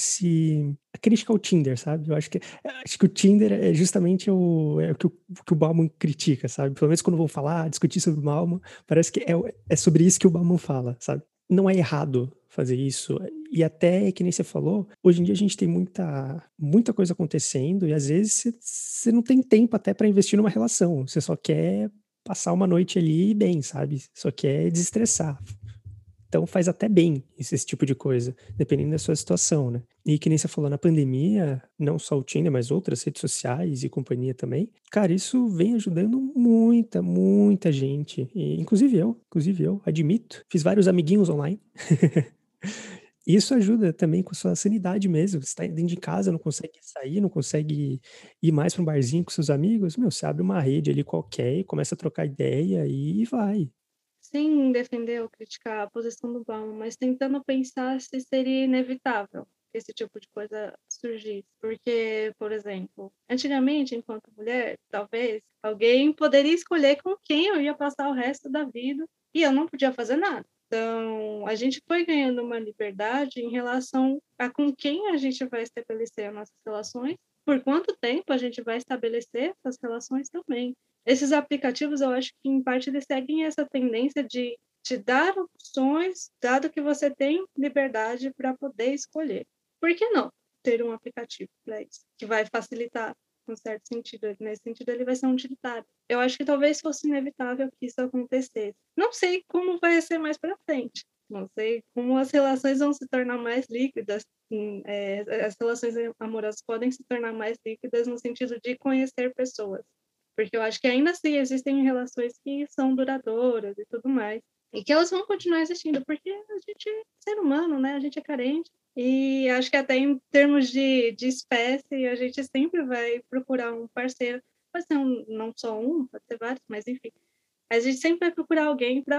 a crítica ao Tinder, sabe? Eu acho que o Tinder é justamente o que o Bauman critica, sabe? Pelo menos quando vão discutir sobre o Bauman, parece que é sobre isso que o Bauman fala, sabe? Não é errado fazer isso. E até, que nem você falou, hoje em dia a gente tem muita coisa acontecendo e às vezes você não tem tempo até para investir numa relação. Você só quer passar uma noite ali bem, sabe? Só quer desestressar. Então faz até bem esse tipo de coisa, dependendo da sua situação, né? E que nem você falou, na pandemia, não só o Tinder, mas outras redes sociais e companhia também, cara, isso vem ajudando muita gente. E, inclusive eu, admito, fiz vários amiguinhos online. E isso ajuda também com a sua sanidade mesmo. Você está dentro de casa, não consegue sair, não consegue ir mais para um barzinho com seus amigos. Você abre uma rede ali qualquer, começa a trocar ideia e vai. Sem defender ou criticar a posição do Bauman, mas tentando pensar se seria inevitável que esse tipo de coisa surgisse. Porque, por exemplo, antigamente, enquanto mulher, talvez alguém poderia escolher com quem eu ia passar o resto da vida e eu não podia fazer nada. Então, a gente foi ganhando uma liberdade em relação a com quem a gente vai estabelecer as nossas relações, por quanto tempo a gente vai estabelecer essas relações também. Esses aplicativos, eu acho que, em parte, eles seguem essa tendência de te dar opções, dado que você tem liberdade para poder escolher. Por que não ter um aplicativo para isso, que vai facilitar, em certo sentido? Nesse sentido, ele vai ser um utilitário. Eu acho que talvez fosse inevitável que isso acontecesse. Não sei como vai ser mais para frente. Não sei como as relações vão se tornar mais líquidas. As relações amorosas podem se tornar mais líquidas no sentido de conhecer pessoas. Porque eu acho que ainda assim existem relações que são duradouras e tudo mais. E que elas vão continuar existindo, porque a gente é ser humano, né? A gente é carente. E acho que até em termos de espécie, a gente sempre vai procurar um parceiro. Pode ser não só um, pode ser vários, mas enfim. A gente sempre vai procurar alguém para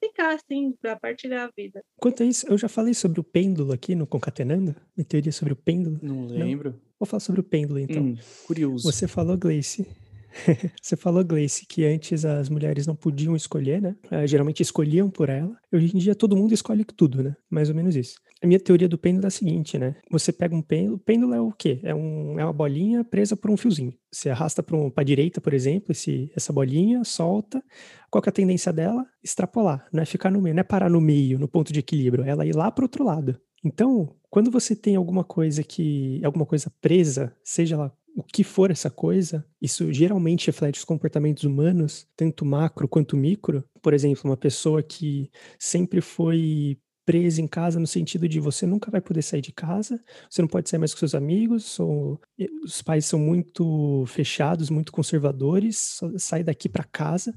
ficar, assim, para partilhar a vida. Quanto a isso, eu já falei sobre o pêndulo aqui no Concatenando? Minha teoria sobre o pêndulo? Não Não? lembro. Vou falar sobre o pêndulo, então. Curioso. Você falou, Gleice, você falou, Gleice, que antes as mulheres não podiam escolher, né? Geralmente escolhiam por ela. Hoje em dia todo mundo escolhe tudo, né? Mais ou menos isso. A minha teoria do pêndulo é a seguinte, né? Você pega um pêndulo, pêndulo é o quê? É uma bolinha presa por um fiozinho. Você arrasta para a direita, por exemplo, essa bolinha, solta. Qual que é a tendência dela? Extrapolar, não é ficar no meio, não é parar no meio, no ponto de equilíbrio, é ela ir lá para o outro lado. Então, quando você tem alguma coisa presa, seja lá o que for essa coisa, isso geralmente reflete os comportamentos humanos, tanto macro quanto micro. Por exemplo, uma pessoa que sempre foi presa em casa no sentido de você nunca vai poder sair de casa, você não pode sair mais com seus amigos, os pais são muito fechados, muito conservadores, só sai daqui para casa.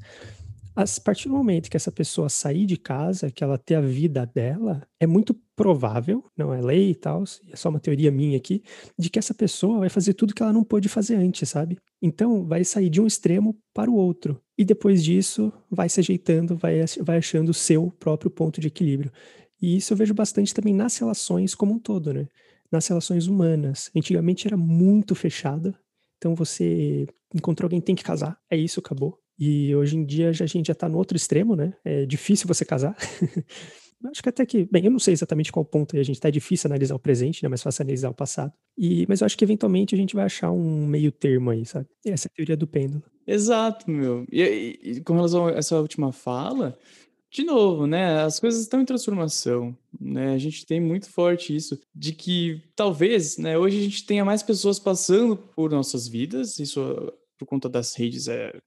A partir do momento que essa pessoa sair de casa, que ela ter a vida dela, é muito provável, não é lei e tal, é só uma teoria minha aqui, de que essa pessoa vai fazer tudo que ela não pôde fazer antes, sabe? Então, vai sair de um extremo para o outro. E depois disso, vai se ajeitando, vai achando o seu próprio ponto de equilíbrio. E isso eu vejo bastante também nas relações como um todo, né? Nas relações humanas. Antigamente era muito fechada, então você encontrou alguém, tem que casar, é isso, acabou. E hoje em dia a gente já tá no outro extremo, né? É difícil você casar. Acho que até que, bem, eu não sei exatamente qual ponto aí a gente tá, é difícil analisar o presente, né? Mais fácil analisar o passado. Mas eu acho que eventualmente a gente vai achar um meio termo aí, sabe? Essa é a teoria do pêndulo. Exato, meu. E com relação a essa última fala, de novo, né? As coisas estão em transformação, né? A gente tem muito forte isso, de que talvez, né? Hoje a gente tenha mais pessoas passando por nossas vidas, isso por conta das redes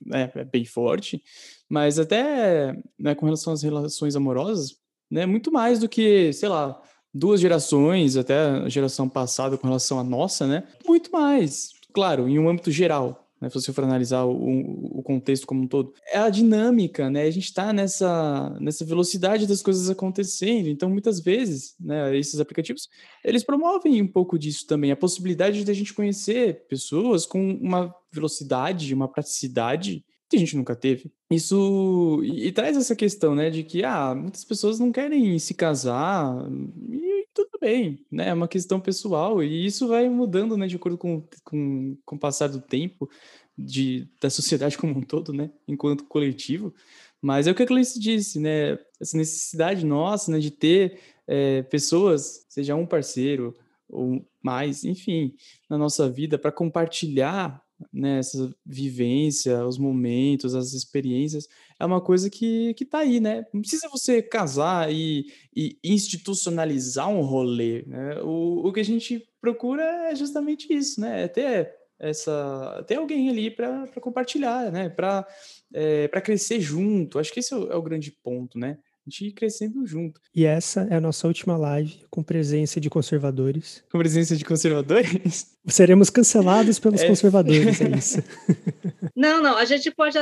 é bem forte, mas até, né, com relação às relações amorosas, né? Muito mais do que, sei lá, 2 gerações, até a geração passada com relação à nossa, né? Muito mais, claro, em um âmbito geral, né, se você for analisar o contexto como um todo. É a dinâmica, né? A gente está nessa velocidade das coisas acontecendo. Então, muitas vezes, né, esses aplicativos, eles promovem um pouco disso também. A possibilidade de a gente conhecer pessoas com uma velocidade, uma praticidade que a gente nunca teve. Isso e traz essa questão, né, de que muitas pessoas não querem se casar e tudo bem, né? É uma questão pessoal e isso vai mudando, né, de acordo com o passar do tempo da sociedade como um todo, né, enquanto coletivo. Mas é o que a Cleice disse, né? Essa necessidade nossa, né, de ter pessoas, seja um parceiro ou mais, enfim, na nossa vida para compartilhar, né, essa vivência, os momentos, as experiências, é uma coisa que tá aí, né? Não precisa você casar e institucionalizar um rolê, né? O que a gente procura é justamente isso, né? É ter alguém ali para compartilhar, né? Para crescer junto. Acho que esse é o grande ponto, né? A gente ir crescendo junto. E essa é a nossa última live com presença de conservadores. Com presença de conservadores? Seremos cancelados pelos conservadores, é isso. Não, a gente pode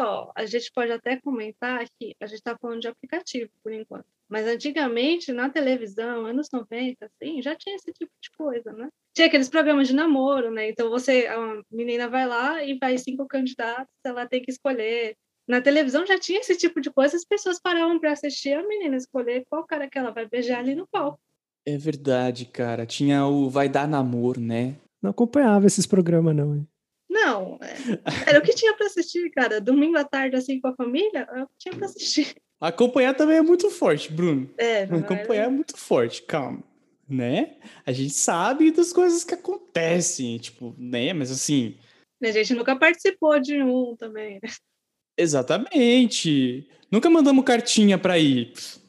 até comentar que a gente está falando de aplicativo, por enquanto. Mas antigamente, na televisão, anos 90, assim, já tinha esse tipo de coisa, né? Tinha aqueles programas de namoro, né? Então a menina vai lá e vai 5 candidatos, ela tem que escolher. Na televisão já tinha esse tipo de coisa, as pessoas paravam para assistir a menina escolher qual cara que ela vai beijar ali no palco. É verdade, cara. Tinha o Vai Dar Namoro, né? Não acompanhava esses programas, não. Hein? Não, era o que tinha para assistir, cara. Domingo à tarde, assim, com a família, era o que tinha para assistir. Acompanhar também é muito forte, Bruno. Não Acompanhar é muito forte, calma. Né? A gente sabe das coisas que acontecem, tipo, né? Mas assim... A gente nunca participou de um também, né? Exatamente. Nunca mandamos cartinha pra ir.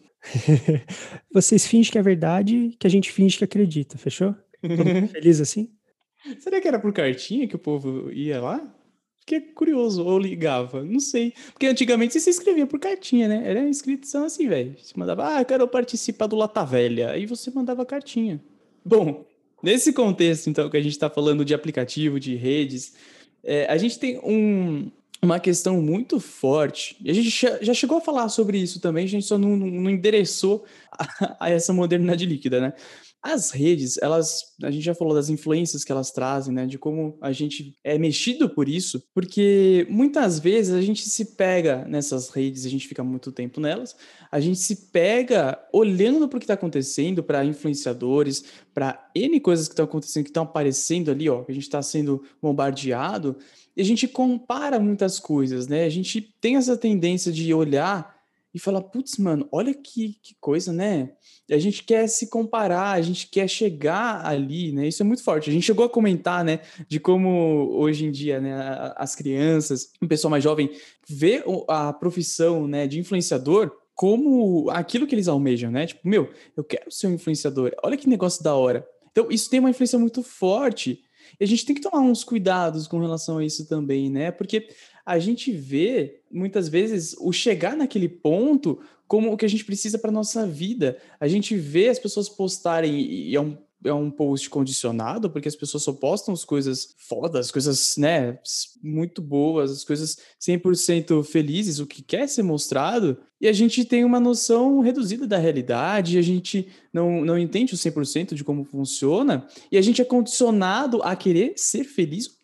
Vocês fingem que é verdade, que a gente finge que acredita, fechou? Todo mundo feliz assim? Será que era por cartinha que o povo ia lá? Fiquei curioso, ou ligava, não sei. Porque antigamente você se inscrevia por cartinha, né? Era inscrição assim, velho. Você mandava, eu quero participar do Lata Velha. Aí você mandava cartinha. Bom, nesse contexto, então, que a gente tá falando de aplicativo, de redes, a gente tem uma questão muito forte. E a gente já chegou a falar sobre isso também, a gente só não endereçou a essa modernidade líquida, né? As redes, a gente já falou das influências que elas trazem, né? De como a gente é mexido por isso, porque muitas vezes a gente se pega nessas redes, a gente fica muito tempo nelas, a gente se pega olhando para o que está acontecendo, para influenciadores, para N coisas que estão acontecendo, que estão aparecendo ali, ó, que a gente está sendo bombardeado, e a gente compara muitas coisas, né? A gente tem essa tendência de olhar e falar, putz, mano, olha que coisa, né? A gente quer se comparar, a gente quer chegar ali, né? Isso é muito forte. A gente chegou a comentar, né, de como hoje em dia, né, as crianças, o pessoal mais jovem, vê a profissão, né, de influenciador como aquilo que eles almejam, né? Tipo, meu, eu quero ser um influenciador. Olha que negócio da hora. Então, isso tem uma influência muito forte. E a gente tem que tomar uns cuidados com relação a isso também, né? Porque a gente vê, muitas vezes, o chegar naquele ponto como o que a gente precisa para nossa vida. A gente vê as pessoas postarem, e é um post condicionado, porque as pessoas só postam as coisas fodas, as coisas, né, muito boas, as coisas 100% felizes, o que quer ser mostrado, e a gente tem uma noção reduzida da realidade, a gente não entende o 100% de como funciona, e a gente é condicionado a querer ser feliz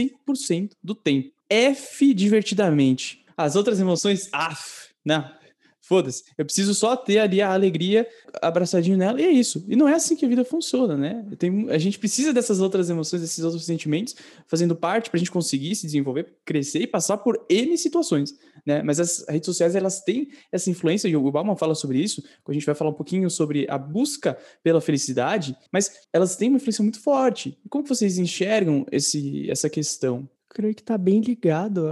100% do tempo. F divertidamente. As outras emoções, não. Foda-se, eu preciso só ter ali a alegria abraçadinho nela, e é isso. E não é assim que a vida funciona, né? A gente precisa dessas outras emoções, desses outros sentimentos, fazendo parte para a gente conseguir se desenvolver, crescer e passar por N situações, né? Mas as redes sociais, elas têm essa influência, e o Bauman fala sobre isso, a gente vai falar um pouquinho sobre a busca pela felicidade, mas elas têm uma influência muito forte. E como vocês enxergam essa questão? Creio que está bem ligado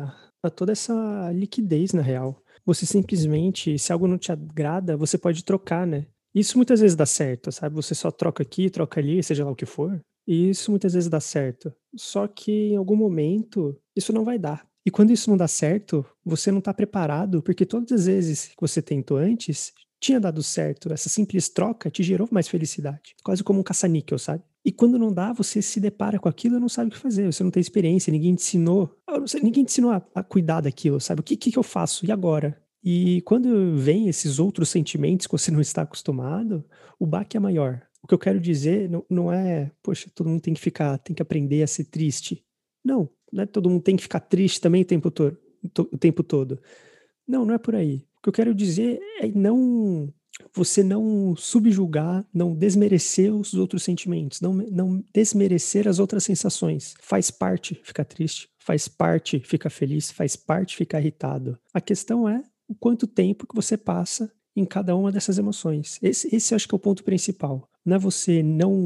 a toda essa liquidez, na real. Você simplesmente, se algo não te agrada, você pode trocar, né? Isso muitas vezes dá certo, sabe? Você só troca aqui, troca ali, seja lá o que for. E isso muitas vezes dá certo. Só que em algum momento, isso não vai dar. E quando isso não dá certo, você não está preparado, porque todas as vezes que você tentou antes, tinha dado certo. Essa simples troca te gerou mais felicidade. Quase como um caça-níquel, sabe? E quando não dá, você se depara com aquilo e não sabe o que fazer. Você não tem experiência, ninguém te ensinou. Ninguém te ensinou a cuidar daquilo, sabe? O que eu faço? E agora? E quando vem esses outros sentimentos que você não está acostumado, o baque é maior. O que eu quero dizer não é, poxa, todo mundo tem que aprender a ser triste. Não é todo mundo tem que ficar triste também o tempo todo. Não é por aí. O que eu quero dizer é você não subjugar, não desmerecer os outros sentimentos, não desmerecer as outras sensações. Faz parte ficar triste, faz parte ficar feliz, faz parte ficar irritado. A questão é o quanto tempo que você passa em cada uma dessas emoções. Esse eu acho que é o ponto principal. Não é você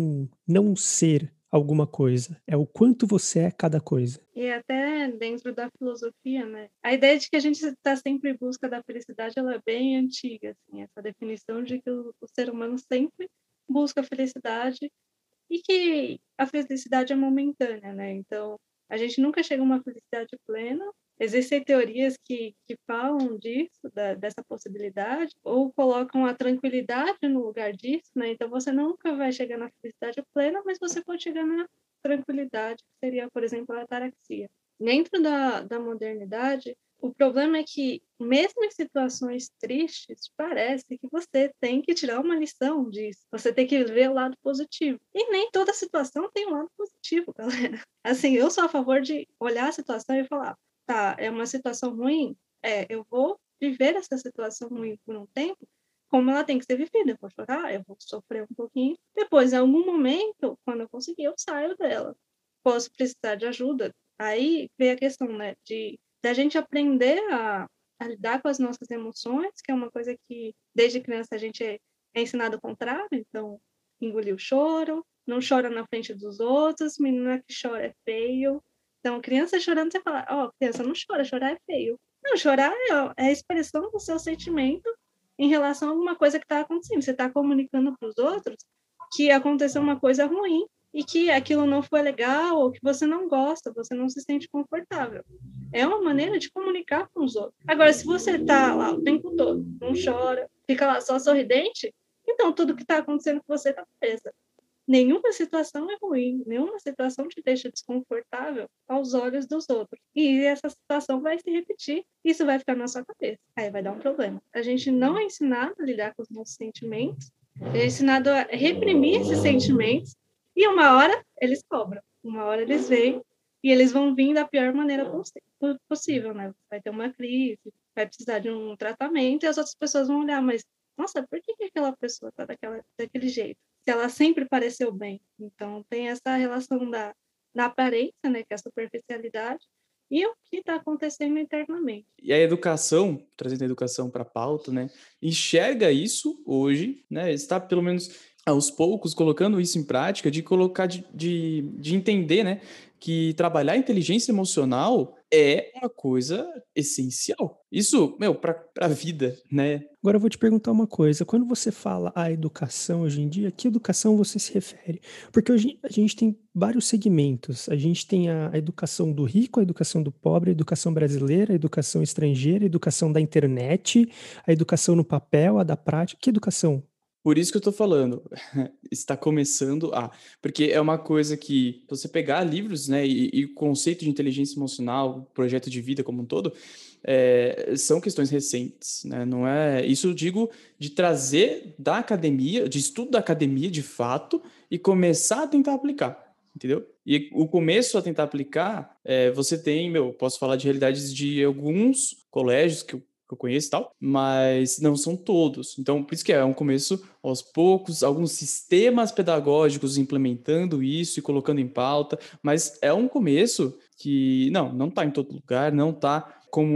não ser alguma coisa, é o quanto você é cada coisa. E até dentro da filosofia, né? A ideia de que a gente está sempre em busca da felicidade, ela é bem antiga, assim, essa definição de que o ser humano sempre busca a felicidade e que a felicidade é momentânea, né? Então, a gente nunca chega a uma felicidade plena. Existem teorias que falam disso, dessa possibilidade, ou colocam a tranquilidade no lugar disso, né? Então, você nunca vai chegar na felicidade plena, mas você pode chegar na tranquilidade, que seria, por exemplo, a ataraxia. Dentro da modernidade, o problema é que, mesmo em situações tristes, parece que você tem que tirar uma lição disso. Você tem que ver o lado positivo. E nem toda situação tem um lado positivo, galera. Assim, eu sou a favor de olhar a situação e falar, tá, é uma situação ruim? Eu vou viver essa situação ruim por um tempo, como ela tem que ser vivida. Eu vou chorar, eu vou sofrer um pouquinho. Depois, em algum momento, quando eu conseguir, eu saio dela. Posso precisar de ajuda. Aí vem a questão, né, da gente aprender a lidar com as nossas emoções, que é uma coisa que, desde criança, a gente é ensinado ao contrário. Então, engolir o choro, não chora na frente dos outros, menina que chora é feio. Então, criança chorando, você fala, criança não chora, chorar é feio. Não, chorar é a expressão do seu sentimento em relação a alguma coisa que está acontecendo. Você está comunicando para os outros que aconteceu uma coisa ruim e que aquilo não foi legal ou que você não gosta, você não se sente confortável. É uma maneira de comunicar com os outros. Agora, se você está lá o tempo todo, não chora, fica lá só sorridente, então tudo que está acontecendo com você está presa. Nenhuma situação é ruim, nenhuma situação te deixa desconfortável aos olhos dos outros. E essa situação vai se repetir, isso vai ficar na sua cabeça. Aí vai dar um problema. A gente não é ensinado a lidar com os nossos sentimentos, É ensinado a reprimir esses sentimentos e uma hora eles cobram, uma hora eles vêm e eles vão vir da pior maneira possível, né? Vai ter uma crise, vai precisar de um tratamento e as outras pessoas vão olhar, mas, nossa, por que aquela pessoa tá daquele jeito? Se ela sempre pareceu bem. Então, tem essa relação da aparência, né, que é a superficialidade, e o que está acontecendo internamente. E a educação, trazendo a educação para a pauta, né, enxerga isso hoje, né, está pelo menos aos poucos colocando isso em prática, de colocar, de entender, né, que trabalhar a inteligência emocional é uma coisa essencial. Isso, para a vida, né? Agora eu vou te perguntar uma coisa. Quando você fala a educação hoje em dia, que educação você se refere? Porque hoje a gente tem vários segmentos. A gente tem a educação do rico, a educação do pobre, a educação brasileira, a educação estrangeira, a educação da internet, a educação no papel, a da prática. Que educação? Por isso que eu estou falando, está começando a... Porque é uma coisa que você pegar livros, né, e o conceito de inteligência emocional, projeto de vida como um todo, são questões recentes, né? Não é... Isso eu digo de trazer da academia, de estudo da academia, de fato, e começar a tentar aplicar, entendeu? E o começo a tentar aplicar, você tem, posso falar de realidades de alguns colégios que eu conheço e tal, mas não são todos. Então, por isso que é um começo aos poucos, alguns sistemas pedagógicos implementando isso e colocando em pauta, mas é um começo que não está em todo lugar, não está como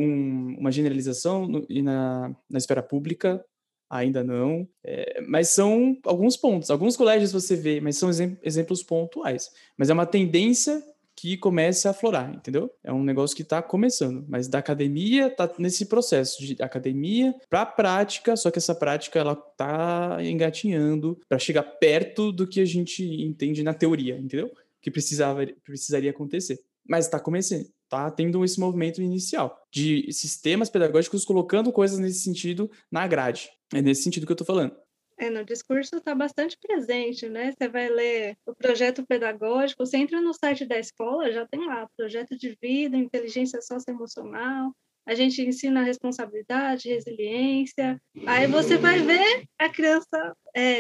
uma generalização e na esfera pública, ainda não, mas são alguns pontos. Alguns colégios você vê, mas são exemplos pontuais. Mas é uma tendência que comece a aflorar, entendeu? É um negócio que está começando, mas da academia está nesse processo de academia para a prática, só que essa prática ela está engatinhando para chegar perto do que a gente entende na teoria, entendeu? Que precisaria acontecer. Mas está começando, está tendo esse movimento inicial de sistemas pedagógicos colocando coisas nesse sentido na grade. É nesse sentido que eu estou falando. No discurso está bastante presente, né? Você vai ler o projeto pedagógico, você entra no site da escola, já tem lá, projeto de vida, inteligência socioemocional, a gente ensina responsabilidade, resiliência, aí você vai ver a criança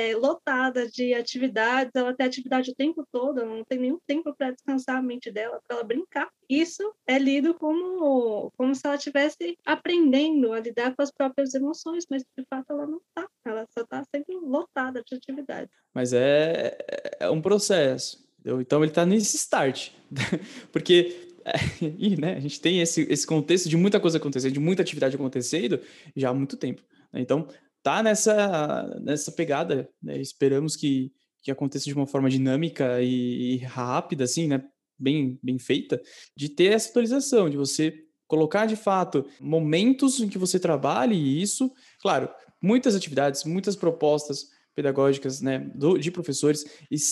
lotada de atividades, ela tem atividade o tempo todo, ela não tem nenhum tempo para descansar a mente dela, para ela brincar. Isso é lido como se ela estivesse aprendendo a lidar com as próprias emoções, mas de fato ela não está, ela só está sendo lotada de atividade. Mas é um processo, entendeu? Então ele está nesse start, porque né, a gente tem esse contexto de muita coisa acontecendo, de muita atividade acontecendo já há muito tempo, né? Então tá nessa pegada, né? Esperamos que aconteça de uma forma dinâmica e rápida, assim, né? Bem feita, de ter essa atualização, de você colocar de fato momentos em que você trabalhe isso, claro, muitas atividades, muitas propostas pedagógicas, né, de professores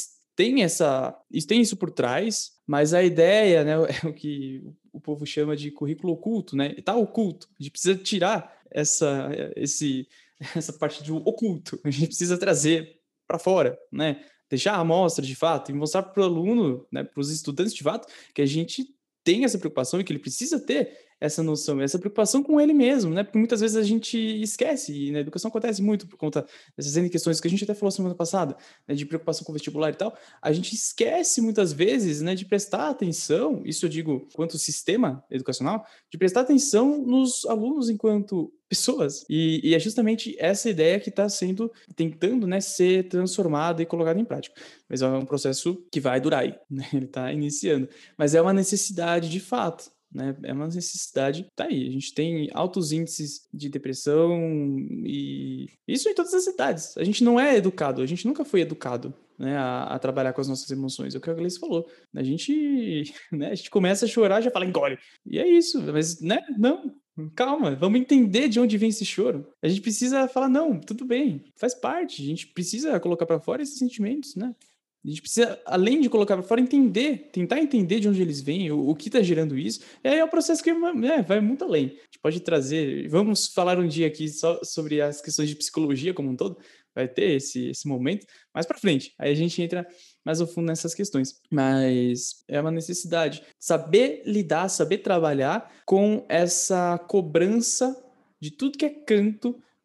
tem isso por trás, mas a ideia, né, é o que o povo chama de currículo oculto, né? Está oculto. A gente precisa tirar essa parte do oculto. A gente precisa trazer para fora, né? Deixar a amostra de fato e mostrar para o aluno, né, para os estudantes de fato, que a gente tem essa preocupação e que ele precisa ter essa noção, essa preocupação com ele mesmo, né? Porque muitas vezes a gente esquece, e na educação acontece muito por conta dessas questões que a gente até falou semana passada, né, de preocupação com o vestibular e tal, a gente esquece muitas vezes, né, de prestar atenção, isso eu digo quanto sistema educacional, de prestar atenção nos alunos enquanto pessoas. E é justamente essa ideia que está tentando, né, ser transformada e colocada em prática. Mas é um processo que vai durar aí, né? Ele está iniciando. Mas é uma necessidade de fato. Né? É uma necessidade, tá aí. A gente tem altos índices de depressão e isso em todas as idades. A gente não é educado, a gente nunca foi educado, né, a trabalhar com as nossas emoções. É o que a Gleice falou. A gente, né, a gente começa a chorar, já fala engole. E é isso, mas, né, não. Calma, vamos entender de onde vem esse choro. A gente precisa falar, não, tudo bem, faz parte. A gente precisa colocar para fora esses sentimentos, né? A gente precisa, além de colocar para fora, tentar entender de onde eles vêm, o que está gerando isso. E aí é um processo que vai muito além. A gente pode trazer, vamos falar um dia aqui só sobre as questões de psicologia como um todo, vai ter esse momento mais para frente. Aí a gente entra mais a fundo nessas questões. Mas é uma necessidade saber lidar, saber trabalhar com essa cobrança de tudo que é canto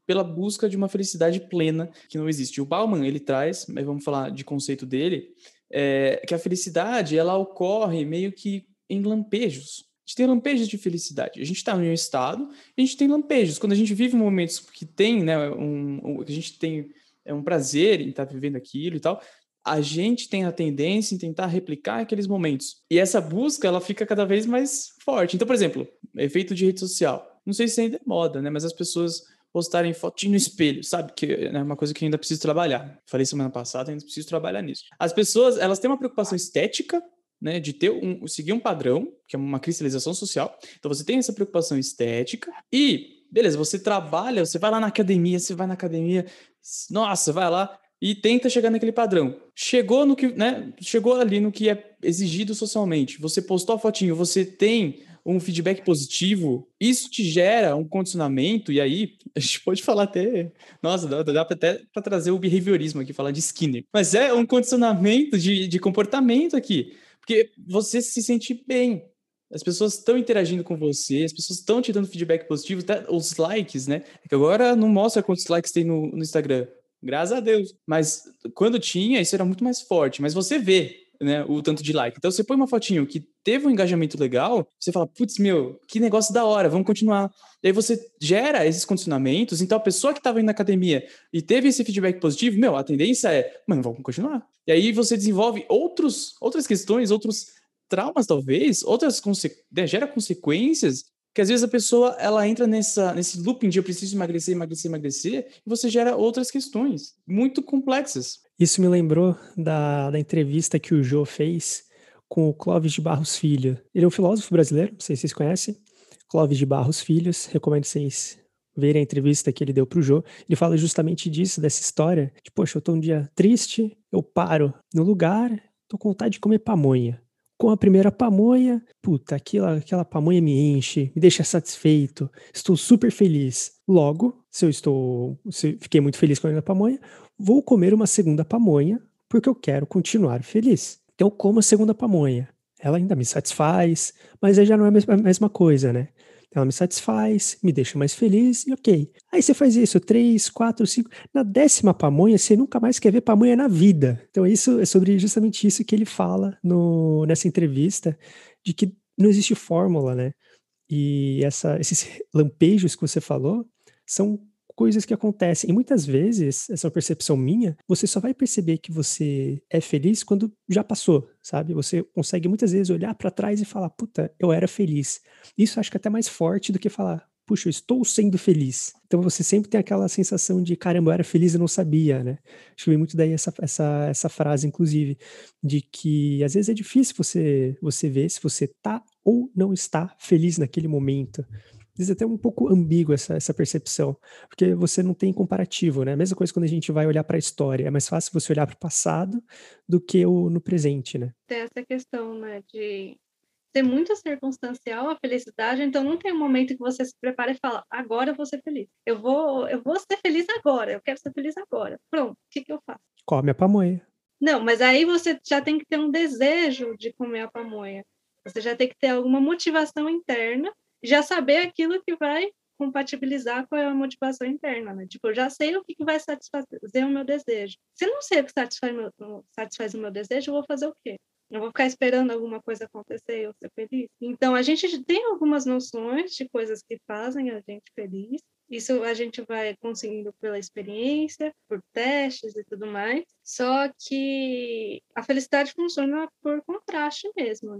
pela busca de uma felicidade plena que não existe. O Bauman, ele traz, mas vamos falar de conceito dele, que a felicidade, ela ocorre meio que em lampejos. A gente tem lampejos de felicidade. A gente está em um estado, a gente tem lampejos. Quando a gente vive momentos que tem, né, que a gente tem um prazer em estar vivendo aquilo e tal, a gente tem a tendência em tentar replicar aqueles momentos. E essa busca, ela fica cada vez mais forte. Então, por exemplo, efeito de rede social. Não sei se ainda é moda, né, mas as pessoas postarem fotinho no espelho, sabe? Que é uma coisa que eu ainda preciso trabalhar. Falei semana passada, ainda preciso trabalhar nisso. As pessoas, elas têm uma preocupação estética, né, de seguir um padrão, que é uma cristalização social. Então você tem essa preocupação estética e, beleza, você trabalha, você vai lá na academia, nossa, vai lá e tenta chegar naquele padrão. Chegou no que, né, chegou ali no que é exigido socialmente. Você postou a fotinho, você tem um feedback positivo, isso te gera um condicionamento, e aí a gente pode falar até, nossa, dá até para trazer o behaviorismo aqui, falar de Skinner, mas é um condicionamento de comportamento aqui, porque você se sente bem, as pessoas estão interagindo com você, as pessoas estão te dando feedback positivo, até os likes, né, é que agora não mostra quantos likes tem no Instagram, graças a Deus, mas quando tinha, isso era muito mais forte, mas você vê, né, o tanto de like. Então você põe uma fotinho que teve um engajamento legal, você fala, putz, meu, que negócio da hora, vamos continuar. E aí você gera esses condicionamentos, então a pessoa que estava indo na academia e teve esse feedback positivo, meu, a tendência é, mano, vamos continuar. E aí você desenvolve outras questões, outros traumas talvez, gera consequências que às vezes a pessoa ela entra nesse looping de eu preciso emagrecer, emagrecer, emagrecer, e você gera outras questões muito complexas. Isso me lembrou da entrevista que o Jô fez com o Clóvis de Barros Filho. Ele é um filósofo brasileiro, não sei se vocês conhecem. Clóvis de Barros Filhos, recomendo vocês verem a entrevista que ele deu pro Jô. Ele fala justamente disso, dessa história. De, poxa, eu tô um dia triste, eu paro no lugar, tô com vontade de comer pamonha. Com a primeira pamonha, puta, aquela pamonha me enche, me deixa satisfeito, estou super feliz. Logo, se fiquei muito feliz com a pamonha, vou comer uma segunda pamonha porque eu quero continuar feliz. Então eu como a segunda pamonha. Ela ainda me satisfaz, mas aí já não é a mesma coisa, né? Ela me satisfaz, me deixa mais feliz e ok. Aí você faz isso 3, 4, 5. Na 10ª pamonha, você nunca mais quer ver pamonha na vida. Então isso é sobre justamente isso que ele fala nessa entrevista, de que não existe fórmula, né? E esses lampejos que você falou são coisas que acontecem. E muitas vezes, essa percepção minha, você só vai perceber que você é feliz quando já passou, sabe? Você consegue muitas vezes olhar para trás e falar, puta, eu era feliz. Isso acho que é até mais forte do que falar, puxa, eu estou sendo feliz. Então você sempre tem aquela sensação de, caramba, eu era feliz e não sabia, né? Acho que vem muito daí essa frase, inclusive, de que às vezes é difícil você ver se você tá ou não está feliz naquele momento. Às vezes é até um pouco ambíguo essa percepção, porque você não tem comparativo, né? A mesma coisa quando a gente vai olhar para a história, é mais fácil você olhar para o passado do que no presente, né? Tem essa questão, né, de ser muito circunstancial a felicidade, então não tem um momento que você se prepara e fala, agora eu vou ser feliz. Eu vou ser feliz agora, eu quero ser feliz agora. Pronto, o que eu faço? Come a pamonha. Não, mas aí você já tem que ter um desejo de comer a pamonha. Você já tem que ter alguma motivação interna, já saber aquilo que vai compatibilizar com a motivação interna, né? Tipo, eu já sei o que vai satisfazer o meu desejo. Se eu não sei o que satisfaz o meu desejo, eu vou fazer o quê? Eu vou ficar esperando alguma coisa acontecer e eu ser feliz? Então, a gente tem algumas noções de coisas que fazem a gente feliz. Isso a gente vai conseguindo pela experiência, por testes e tudo mais. Só que a felicidade funciona por contraste mesmo.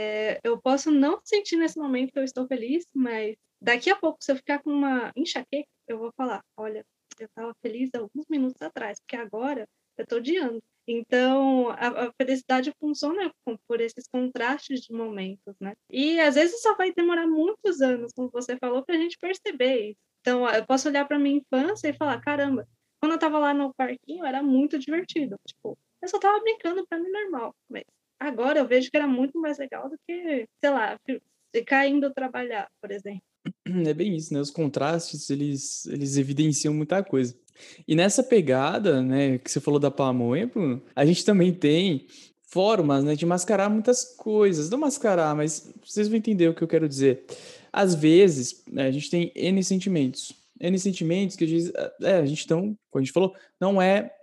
Eu posso não sentir nesse momento que eu estou feliz, mas daqui a pouco, se eu ficar com uma enxaqueca, eu vou falar, olha, eu estava feliz há alguns minutos atrás, porque agora eu estou odiando. Então, a felicidade funciona por esses contrastes de momentos, né? E às vezes só vai demorar muitos anos, como você falou, para a gente perceber isso. Então, eu posso olhar para minha infância e falar, caramba, quando eu estava lá no parquinho, era muito divertido. Tipo, eu só estava brincando para mim normal. Mas agora eu vejo que era muito mais legal do que, sei lá, ficar indo trabalhar, por exemplo. É bem isso, né? Os contrastes, eles evidenciam muita coisa. E nessa pegada, né, que você falou da pamonha, Bruno, a gente também tem formas, né, de mascarar muitas coisas. Não mascarar, mas vocês vão entender o que eu quero dizer. Às vezes, né, a gente tem N sentimentos. N sentimentos que a gente como a gente falou, não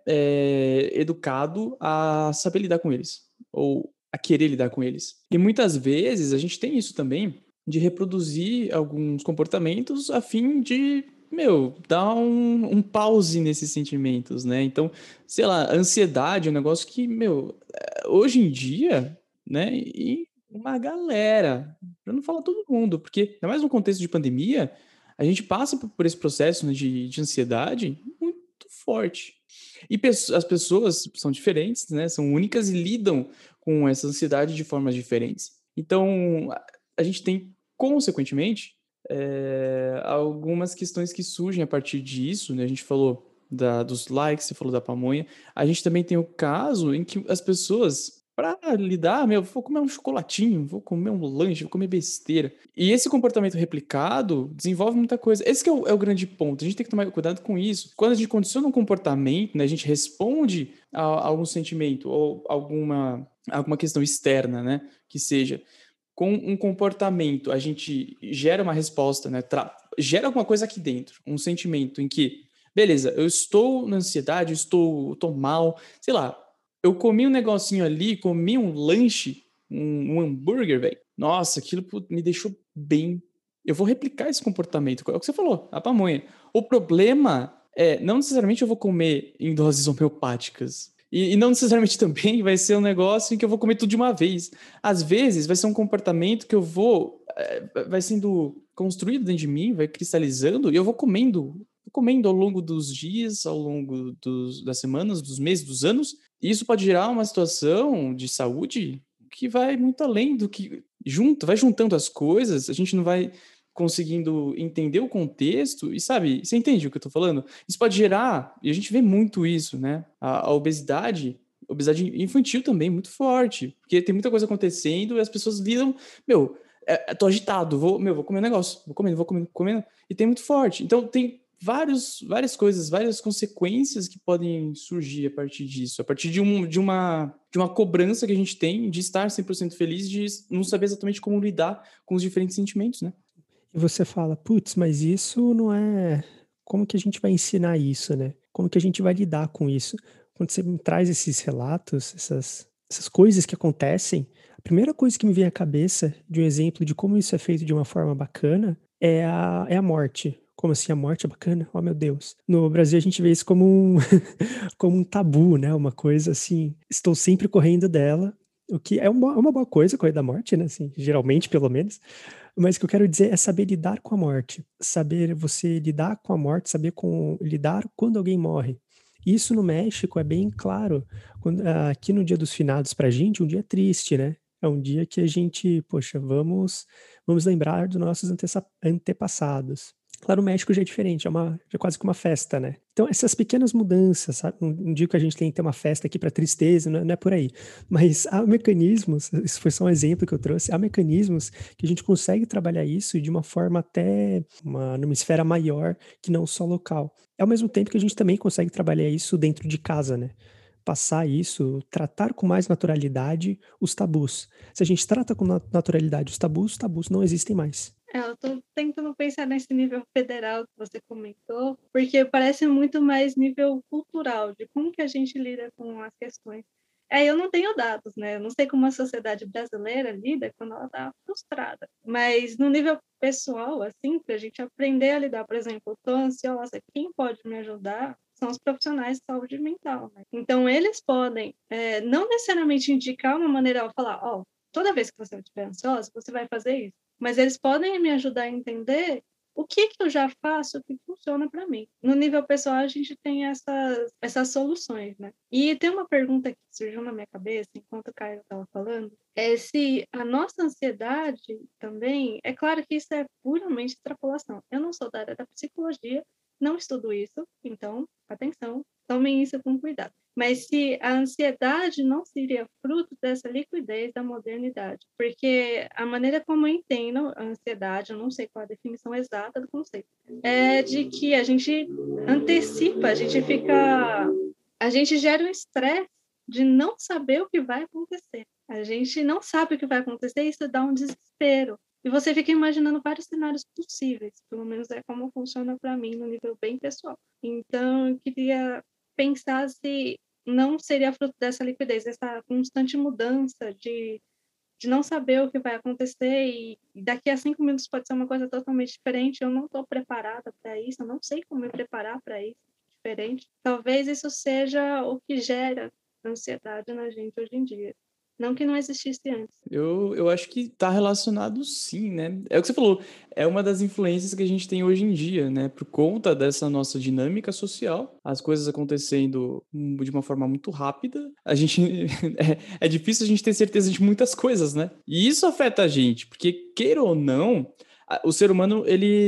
educado a saber lidar com eles, ou a querer lidar com eles. E muitas vezes a gente tem isso também, de reproduzir alguns comportamentos a fim de, dar um pause nesses sentimentos, né? Então, sei lá, ansiedade é um negócio que, hoje em dia, né, e uma galera, pra não falar todo mundo, porque, ainda mais no contexto de pandemia, a gente passa por esse processo, né, de ansiedade muito forte. E as pessoas são diferentes, né? São únicas e lidam com essa ansiedade de formas diferentes. Então, a gente tem, consequentemente, algumas questões que surgem a partir disso, né? A gente falou dos likes, você falou da pamonha. A gente também tem o caso em que as pessoas, para lidar, vou comer um chocolatinho, vou comer um lanche, vou comer besteira. E esse comportamento replicado desenvolve muita coisa. Esse que é o grande ponto. A gente tem que tomar cuidado com isso. Quando a gente condiciona um comportamento, né, a gente responde a algum sentimento ou alguma questão externa, né, que seja com um comportamento, a gente gera uma resposta, né, gera alguma coisa aqui dentro, um sentimento em que, beleza, eu estou na ansiedade, eu estou mal, sei lá, eu comi um negocinho ali, comi um lanche, um hambúrguer, velho. Nossa, aquilo me deixou bem. Eu vou replicar esse comportamento. É o que você falou, a pamonha. O problema não necessariamente eu vou comer em doses homeopáticas. E não necessariamente também vai ser um negócio em que eu vou comer tudo de uma vez. Às vezes vai ser um comportamento que eu vai sendo construído dentro de mim, vai cristalizando, e eu vou comendo ao longo dos dias, ao longo das semanas, dos meses, dos anos. E isso pode gerar uma situação de saúde que vai muito além do que vai juntando as coisas, a gente não vai conseguindo entender o contexto e, sabe, você entende o que eu tô falando? Isso pode gerar, e a gente vê muito isso, né? A obesidade infantil também, muito forte, porque tem muita coisa acontecendo e as pessoas lidam, tô agitado, vou comer um negócio, vou comendo, e tem muito forte. Então, tem várias coisas, várias consequências que podem surgir a partir disso, a partir de uma cobrança que a gente tem de estar 100% feliz, de não saber exatamente como lidar com os diferentes sentimentos, né? E você fala, putz, mas isso não é. Como que a gente vai ensinar isso, né? Como que a gente vai lidar com isso? Quando você me traz esses relatos, essas coisas que acontecem, a primeira coisa que me vem à cabeça de um exemplo de como isso é feito de uma forma bacana é a morte. Como assim a morte é bacana? Oh, meu Deus. No Brasil a gente vê isso como como um tabu, né? Uma coisa assim, estou sempre correndo dela, o que é uma boa coisa, correr da morte, né? Assim, geralmente, pelo menos. Mas o que eu quero dizer é saber lidar com a morte. Saber você lidar com a morte, saber lidar quando alguém morre. Isso no México é bem claro. Aqui no Dia dos Finados pra gente, um dia triste, né? É um dia que a gente, poxa, vamos lembrar dos nossos antepassados. Lá no México já é diferente, já é quase que uma festa, né? Então, essas pequenas mudanças, sabe? Não digo que a gente tem que ter uma festa aqui para tristeza, não é por aí. Mas há mecanismos, isso foi só um exemplo que eu trouxe, há mecanismos que a gente consegue trabalhar isso de uma forma até numa esfera maior que não só local. Ao mesmo tempo que a gente também consegue trabalhar isso dentro de casa, né? Passar isso, tratar com mais naturalidade os tabus. Se a gente trata com naturalidade os tabus não existem mais. Eu tô tentando pensar nesse nível federal que você comentou, porque parece muito mais nível cultural, de como que a gente lida com as questões. Eu não tenho dados, né? Eu não sei como a sociedade brasileira lida quando ela tá frustrada. Mas no nível pessoal, assim, pra gente aprender a lidar, por exemplo, eu tô ansiosa, quem pode me ajudar são os profissionais de saúde mental, né? Então, eles podem, não necessariamente indicar uma maneira, falar, toda vez que você estiver ansiosa, você vai fazer isso. Mas eles podem me ajudar a entender o que eu já faço que funciona para mim. No nível pessoal, a gente tem essas soluções, né? E tem uma pergunta que surgiu na minha cabeça enquanto o Caio estava falando, se a nossa ansiedade também, é claro que isso é puramente extrapolação. Eu não sou da área da psicologia, não estudo isso, então, atenção, tomem isso com cuidado. Mas se a ansiedade não seria fruto dessa liquidez da modernidade, porque a maneira como eu entendo a ansiedade, eu não sei qual a definição exata do conceito, é de que a gente antecipa, a gente gera um estresse de não saber o que vai acontecer. A gente não sabe o que vai acontecer e isso dá um desespero. E você fica imaginando vários cenários possíveis, pelo menos é como funciona para mim no nível bem pessoal. Então, eu queria pensar se não seria fruto dessa liquidez, dessa constante mudança de não saber o que vai acontecer e daqui a 5 minutos pode ser uma coisa totalmente diferente, eu não estou preparada para isso, eu não sei como me preparar para isso, diferente. Talvez isso seja o que gera ansiedade na gente hoje em dia. Não que não existisse antes. Eu acho que tá relacionado sim, né? É o que você falou, é uma das influências que a gente tem hoje em dia, né? Por conta dessa nossa dinâmica social, as coisas acontecendo de uma forma muito rápida, a gente é difícil a gente ter certeza de muitas coisas, né? E isso afeta a gente, porque queira ou não, o ser humano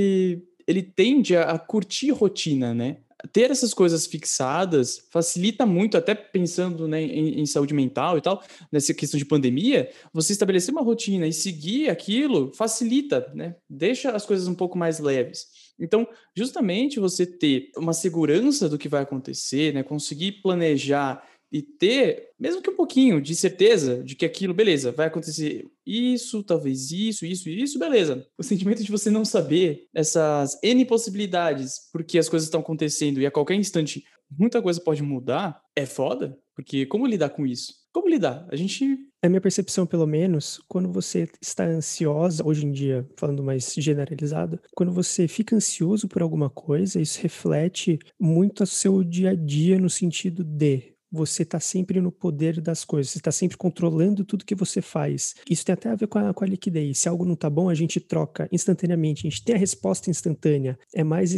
ele tende a curtir rotina, né? Ter essas coisas fixadas facilita muito, até pensando, né, em saúde mental e tal, nessa questão de pandemia, você estabelecer uma rotina e seguir aquilo facilita, né? Deixa as coisas um pouco mais leves. Então, justamente você ter uma segurança do que vai acontecer, né? Conseguir planejar e ter, mesmo que um pouquinho de certeza de que aquilo, beleza, vai acontecer isso, talvez isso, beleza. O sentimento de você não saber essas N possibilidades, porque as coisas estão acontecendo e a qualquer instante muita coisa pode mudar, é foda, porque como lidar com isso? Como lidar? A gente... A minha percepção, pelo menos, quando você está ansiosa, hoje em dia, falando mais generalizado, quando você fica ansioso por alguma coisa, isso reflete muito o seu dia a dia no sentido de você está sempre no poder das coisas, você está sempre controlando tudo que você faz. Isso tem até a ver com a liquidez. Se algo não está bom, a gente troca instantaneamente, a gente tem a resposta instantânea. É mais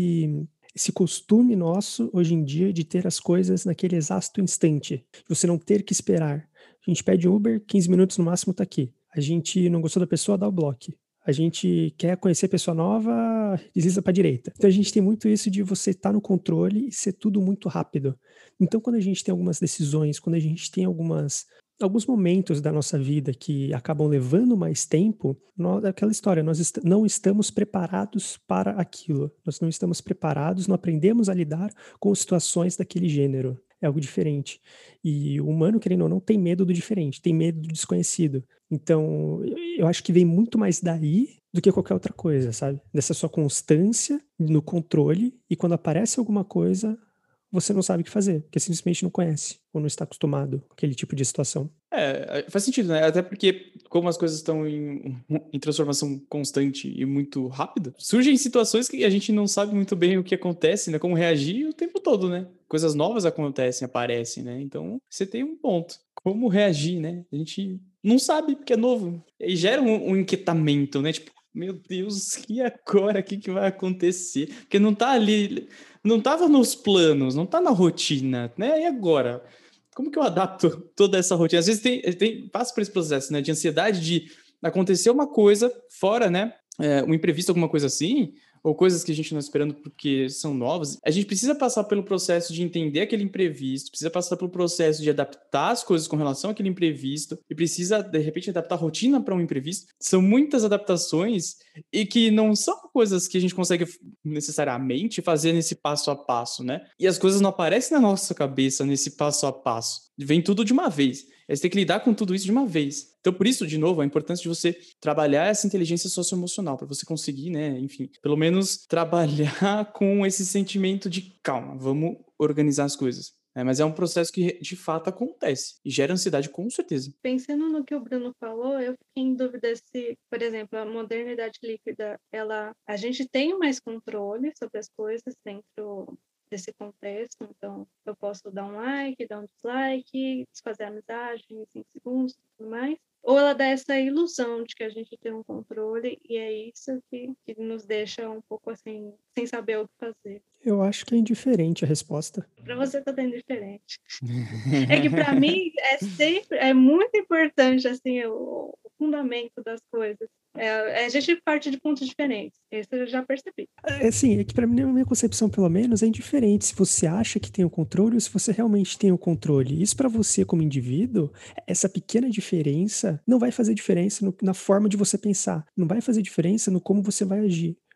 esse costume nosso, hoje em dia, de ter as coisas naquele exato instante. Você não ter que esperar. A gente pede Uber, 15 minutos no máximo tá aqui. A gente não gostou da pessoa, dá o bloco. A gente quer conhecer pessoa nova, desliza para direita. Então a gente tem muito isso de você estar no controle e ser tudo muito rápido. Então quando a gente tem algumas decisões, quando a gente tem alguns momentos da nossa vida que acabam levando mais tempo, aquela história, nós não estamos preparados para aquilo. Nós não estamos preparados, não aprendemos a lidar com situações daquele gênero. É algo diferente. E o humano, querendo ou não, tem medo do diferente, tem medo do desconhecido. Então, eu acho que vem muito mais daí do que qualquer outra coisa, sabe? Dessa sua constância no controle e quando aparece alguma coisa, você não sabe o que fazer, porque simplesmente não conhece ou não está acostumado com aquele tipo de situação. Faz sentido, né? Até porque, como as coisas estão em transformação constante e muito rápida, surgem situações que a gente não sabe muito bem o que acontece, né? Como reagir o tempo todo, né? Coisas novas acontecem, aparecem, né? Então, você tem um ponto. Como reagir, né? A gente não sabe porque é novo. E gera um inquietamento, né? Tipo, meu Deus, e agora? O que vai acontecer? Porque não tá ali, não tava nos planos, não tá na rotina, né? E agora? Como que eu adapto toda essa rotina? Às vezes passo por esse processo, né, de ansiedade de acontecer uma coisa fora, né, um imprevisto, alguma coisa assim, ou coisas que a gente não está esperando porque são novas. A gente precisa passar pelo processo de entender aquele imprevisto, precisa passar pelo processo de adaptar as coisas com relação àquele imprevisto e precisa, de repente, adaptar a rotina para um imprevisto. São muitas adaptações e que não são coisas que a gente consegue necessariamente fazer nesse passo a passo, né? E as coisas não aparecem na nossa cabeça nesse passo a passo. Vem tudo de uma vez. Você tem que lidar com tudo isso de uma vez. Então, por isso, de novo, a importância de você trabalhar essa inteligência socioemocional, para você conseguir, né, enfim, pelo menos trabalhar com esse sentimento de calma, vamos organizar as coisas. Mas é um processo que, de fato, acontece e gera ansiedade, com certeza. Pensando no que o Bruno falou, eu fiquei em dúvida se, por exemplo, a modernidade líquida, a gente tem mais controle sobre as coisas dentro desse contexto, então eu posso dar um like, dar um dislike, desfazer a amizade em 5 segundos e tudo mais. Ou ela dá essa ilusão de que a gente tem um controle e é isso que nos deixa um pouco assim, sem saber o que fazer. Eu acho que é indiferente a resposta. Para você tá bem diferente. É que para mim é muito importante assim o fundamento das coisas. A gente parte de pontos diferentes. Isso eu já percebi. Assim, é que pra mim, na minha concepção, pelo menos, é indiferente se você acha que tem o controle ou se você realmente tem o controle. Isso pra você como indivíduo, essa pequena diferença não vai fazer diferença na forma de você pensar. Não vai fazer diferença no como você vai agir.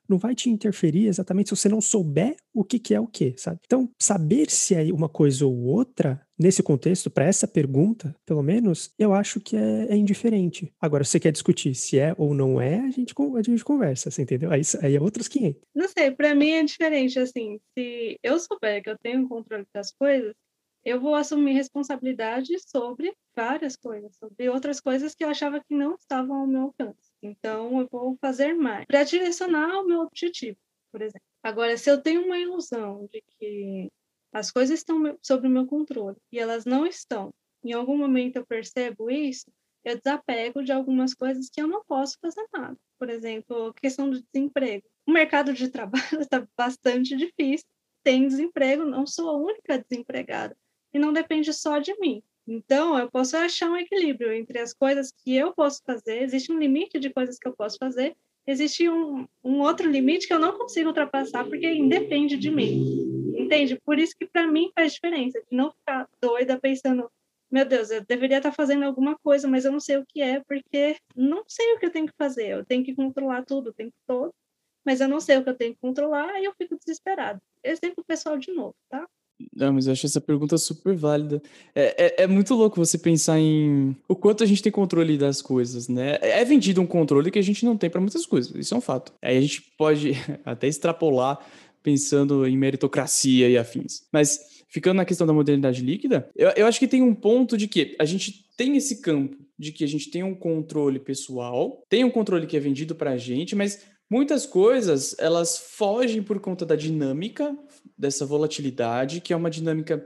não vai te interferir exatamente se você não souber o que que é o quê, sabe? Então, saber se é uma coisa ou outra, nesse contexto, para essa pergunta, pelo menos, eu acho que é indiferente. Agora, se você quer discutir se é ou não é, a gente conversa, você entendeu? Aí é outros 500. Não sei, pra mim é diferente, assim, se eu souber que eu tenho controle das coisas, eu vou assumir responsabilidade sobre várias coisas, sobre outras coisas que eu achava que não estavam ao meu alcance. Então, eu vou fazer mais para direcionar o meu objetivo, por exemplo. Agora, se eu tenho uma ilusão de que as coisas estão sob o meu controle e elas não estão, em algum momento eu percebo isso, eu desapego de algumas coisas que eu não posso fazer nada. Por exemplo, questão do desemprego. O mercado de trabalho está bastante difícil, tem desemprego, não sou a única desempregada, e não depende só de mim. Então, eu posso achar um equilíbrio entre as coisas que eu posso fazer, existe um limite de coisas que eu posso fazer, existe um outro limite que eu não consigo ultrapassar porque independe de mim, entende? Por isso que para mim faz diferença, de não ficar doida pensando, meu Deus, eu deveria estar fazendo alguma coisa, mas eu não sei o que é, porque não sei o que eu tenho que fazer, eu tenho que controlar tudo o tempo todo, mas eu não sei o que eu tenho que controlar e eu fico desesperada. Exemplo pessoal de novo, tá? Não, mas eu acho essa pergunta super válida. É muito louco você pensar em o quanto a gente tem controle das coisas, né? É vendido um controle que a gente não tem para muitas coisas, isso é um fato. Aí a gente pode até extrapolar pensando em meritocracia e afins. Mas ficando na questão da modernidade líquida, eu acho que tem um ponto de que a gente tem esse campo de que a gente tem um controle pessoal, tem um controle que é vendido para a gente, mas muitas coisas elas fogem por conta da dinâmica dessa volatilidade, que é uma dinâmica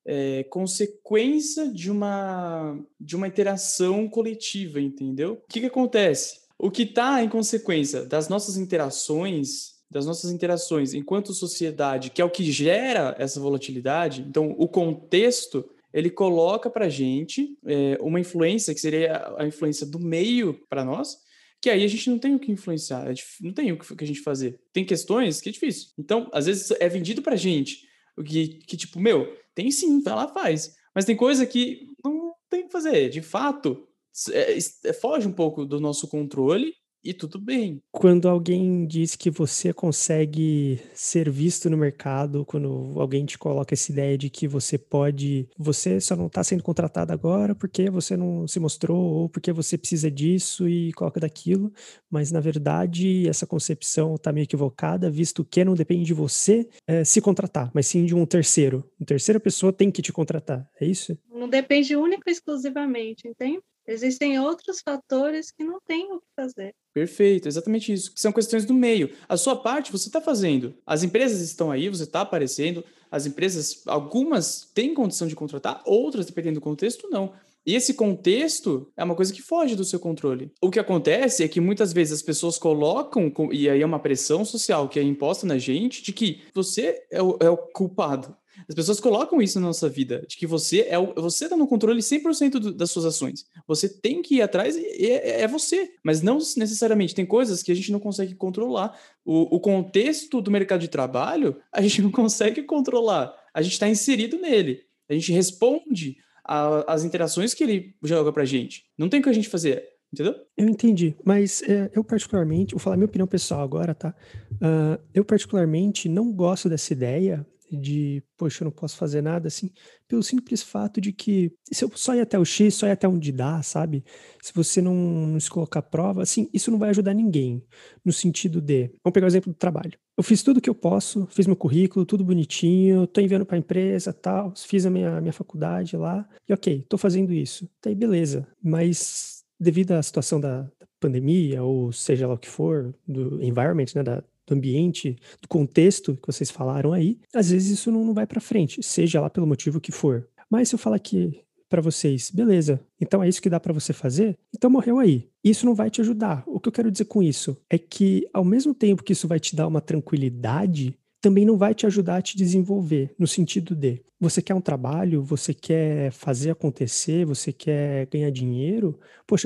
consequência de uma interação coletiva, entendeu? O que acontece? O que está em consequência das nossas interações enquanto sociedade, que é o que gera essa volatilidade, então o contexto ele coloca para a gente uma influência, que seria a influência do meio para nós, que aí a gente não tem o que influenciar, não tem o que a gente fazer. Tem questões que é difícil. Então, às vezes é vendido pra gente o que tipo, meu, tem sim, vai lá, faz. Mas tem coisa que não tem que fazer. De fato, foge um pouco do nosso controle e tudo bem. Quando alguém diz que você consegue ser visto no mercado, quando alguém te coloca essa ideia de que você só não está sendo contratado agora porque você não se mostrou ou porque você precisa disso e coloca daquilo, mas na verdade essa concepção está meio equivocada, visto que não depende de você se contratar, mas sim de um terceiro. Uma terceira pessoa tem que te contratar, é isso? Não depende única e exclusivamente, entende? Existem outros fatores que não têm o que fazer. Perfeito, exatamente isso. Que são questões do meio. A sua parte você está fazendo. As empresas estão aí, você está aparecendo. As empresas, algumas têm condição de contratar, outras, dependendo do contexto, não. E esse contexto é uma coisa que foge do seu controle. O que acontece é que muitas vezes as pessoas colocam, e aí é uma pressão social que é imposta na gente, de que você é o culpado. As pessoas colocam isso na nossa vida, de que você está no controle 100% das suas ações. Você tem que ir atrás e é você. Mas não necessariamente. Tem coisas que a gente não consegue controlar. O contexto do mercado de trabalho, a gente não consegue controlar. A gente está inserido nele. A gente responde às interações que ele joga pra gente. Não tem o que a gente fazer. Entendeu? Eu entendi, mas eu particularmente, vou falar minha opinião pessoal agora, tá? Eu particularmente não gosto dessa ideia de, poxa, eu não posso fazer nada, assim, pelo simples fato de que se eu só ir até o X, só ir até onde dá, sabe? Se você não se colocar à prova, assim, isso não vai ajudar ninguém, no sentido de, vamos pegar o exemplo do trabalho. Eu fiz tudo que eu posso, fiz meu currículo, tudo bonitinho, tô enviando pra empresa, tal, fiz a minha faculdade lá, e ok, tô fazendo isso. Tá aí, beleza, mas devido à situação da pandemia, ou seja lá o que for, do environment, né, do ambiente, do contexto que vocês falaram aí, às vezes isso não vai para frente, seja lá pelo motivo que for. Mas se eu falar aqui para vocês, beleza, então é isso que dá para você fazer, então morreu aí. Isso não vai te ajudar. O que eu quero dizer com isso é que, ao mesmo tempo que isso vai te dar uma tranquilidade, também não vai te ajudar a te desenvolver, no sentido de, você quer um trabalho, você quer fazer acontecer, você quer ganhar dinheiro, poxa, tu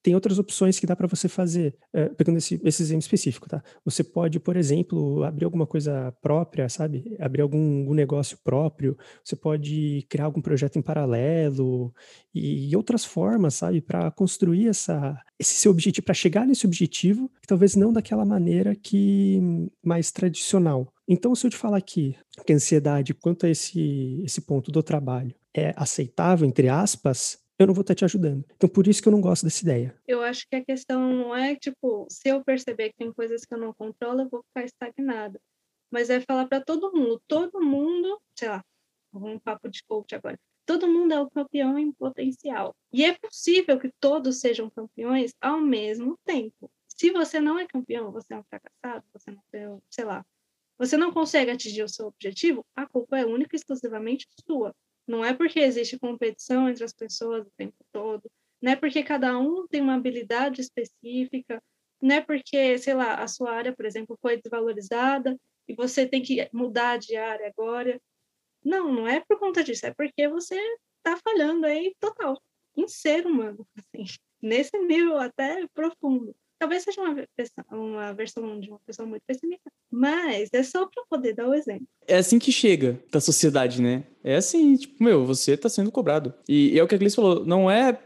tem outras opções que dá para você fazer. Pegando esse exemplo específico, tá? Você pode, por exemplo, abrir alguma coisa própria, sabe? Abrir algum negócio próprio. Você pode criar algum projeto em paralelo e outras formas, sabe? Para construir esse seu objetivo, para chegar nesse objetivo, talvez não daquela maneira que mais tradicional. Então, se eu te falar aqui que a ansiedade quanto a esse ponto do trabalho é aceitável, entre aspas, eu não vou estar te ajudando. Então, por isso que eu não gosto dessa ideia. Eu acho que a questão não é, tipo, se eu perceber que tem coisas que eu não controlo, eu vou ficar estagnada. Mas é falar para todo mundo, sei lá, um papo de coach agora. Todo mundo é o campeão em potencial. E é possível que todos sejam campeões ao mesmo tempo. Se você não é campeão, você é um fracassado, você não tem, sei lá, você não consegue atingir o seu objetivo, a culpa é única e exclusivamente sua. Não é porque existe competição entre as pessoas o tempo todo, não é porque cada um tem uma habilidade específica, não é porque, sei lá, a sua área, por exemplo, foi desvalorizada e você tem que mudar de área agora. Não, não é por conta disso, é porque você está falhando aí total, em ser humano, assim, nesse nível até profundo. Talvez seja uma versão de uma pessoa muito pessimista, mas é só para poder dar o exemplo. É assim que chega da sociedade, né? É assim, tipo, você tá sendo cobrado. E é o que a Gleice falou, não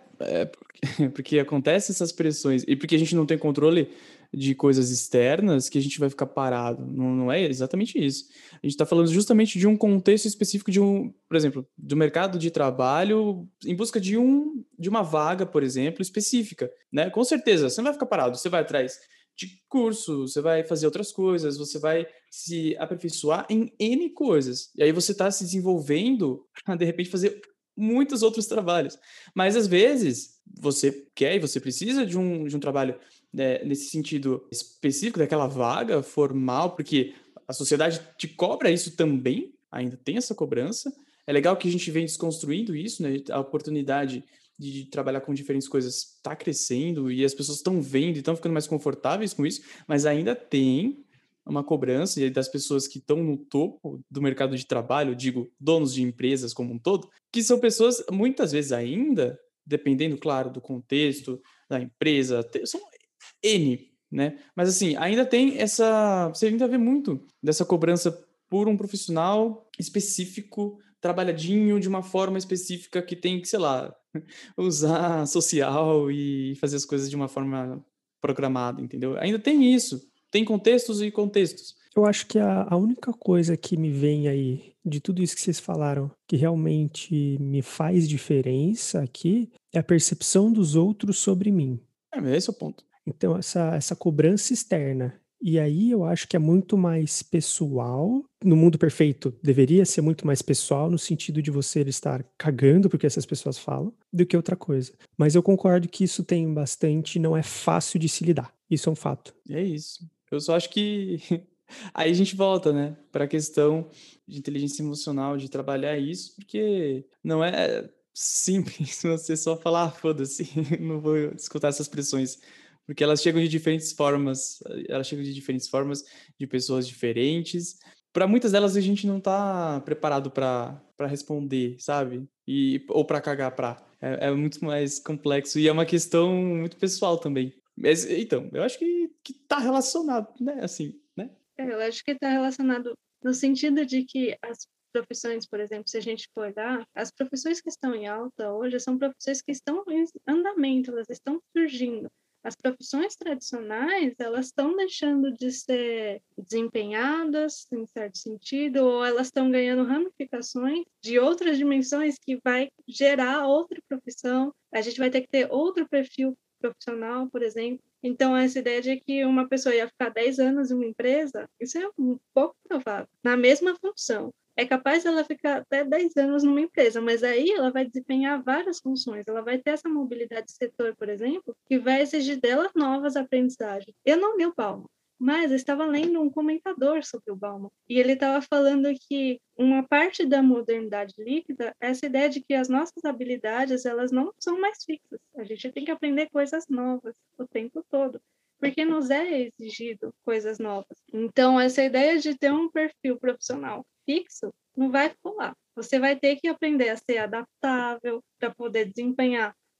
porque acontecem essas pressões e porque a gente não tem controle de coisas externas que a gente vai ficar parado. Não é exatamente isso. A gente tá falando justamente de um contexto específico por exemplo, do mercado de trabalho em busca de uma vaga, por exemplo, específica, né? Com certeza, você não vai ficar parado, você vai atrás de curso, você vai fazer outras coisas, você vai se aperfeiçoar em N coisas. E aí você está se desenvolvendo para, de repente, fazer muitos outros trabalhos. Mas, às vezes, você quer e você precisa de um trabalho, né, nesse sentido específico, daquela vaga formal, porque a sociedade te cobra isso também, ainda tem essa cobrança. É legal que a gente vem desconstruindo isso, né? A oportunidade de trabalhar com diferentes coisas está crescendo e as pessoas estão vendo e estão ficando mais confortáveis com isso, mas ainda tem uma cobrança das pessoas que estão no topo do mercado de trabalho, digo, donos de empresas como um todo, que são pessoas, muitas vezes ainda, dependendo, claro, do contexto da empresa, são N, né? Mas assim, ainda tem você ainda vê muito dessa cobrança por um profissional específico, trabalhadinho de uma forma específica que tem que, sei lá, usar social e fazer as coisas de uma forma programada, entendeu? Ainda tem isso. Tem contextos e contextos. Eu acho que a única coisa que me vem aí de tudo isso que vocês falaram, que realmente me faz diferença aqui, é a percepção dos outros sobre mim. Esse é o ponto. Então, essa cobrança externa. E aí eu acho que é muito mais pessoal. No mundo perfeito, deveria ser muito mais pessoal, no sentido de você estar cagando porque essas pessoas falam, do que outra coisa. Mas eu concordo que isso tem bastante, não é fácil de se lidar. Isso é um fato. É isso. Eu só acho que aí a gente volta, né, para a questão de inteligência emocional, de trabalhar isso, porque não é simples você só falar, foda-se, não vou escutar essas pressões, porque elas chegam de diferentes formas, de pessoas diferentes. Para muitas delas a gente não tá preparado para responder, sabe? Ou para cagar para. É muito mais complexo e é uma questão muito pessoal também. Mas, então, eu acho que tá relacionado, né? Assim, né? Eu acho que está relacionado no sentido de que as profissões, por exemplo, se a gente for olhar, as profissões que estão em alta hoje são profissões que estão em andamento, elas estão surgindo. As profissões tradicionais, elas estão deixando de ser desempenhadas, em certo sentido, ou elas estão ganhando ramificações de outras dimensões que vai gerar outra profissão. A gente vai ter que ter outro perfil profissional, por exemplo. Então, essa ideia de que uma pessoa ia ficar 10 anos em uma empresa, isso é um pouco provável. Na mesma função. É capaz ela ficar até 10 anos numa empresa, mas aí ela vai desempenhar várias funções. Ela vai ter essa mobilidade de setor, por exemplo, que vai exigir dela novas aprendizagens. Eu não li o Bauman, mas eu estava lendo um comentador sobre o Bauman, e ele estava falando que uma parte da modernidade líquida é essa ideia de que as nossas habilidades, elas não são mais fixas. A gente tem que aprender coisas novas o tempo todo, porque nos é exigido coisas novas. Então, essa ideia de ter um perfil profissional fixo não vai rolar. Você vai ter que aprender a ser adaptável para poder desempenhar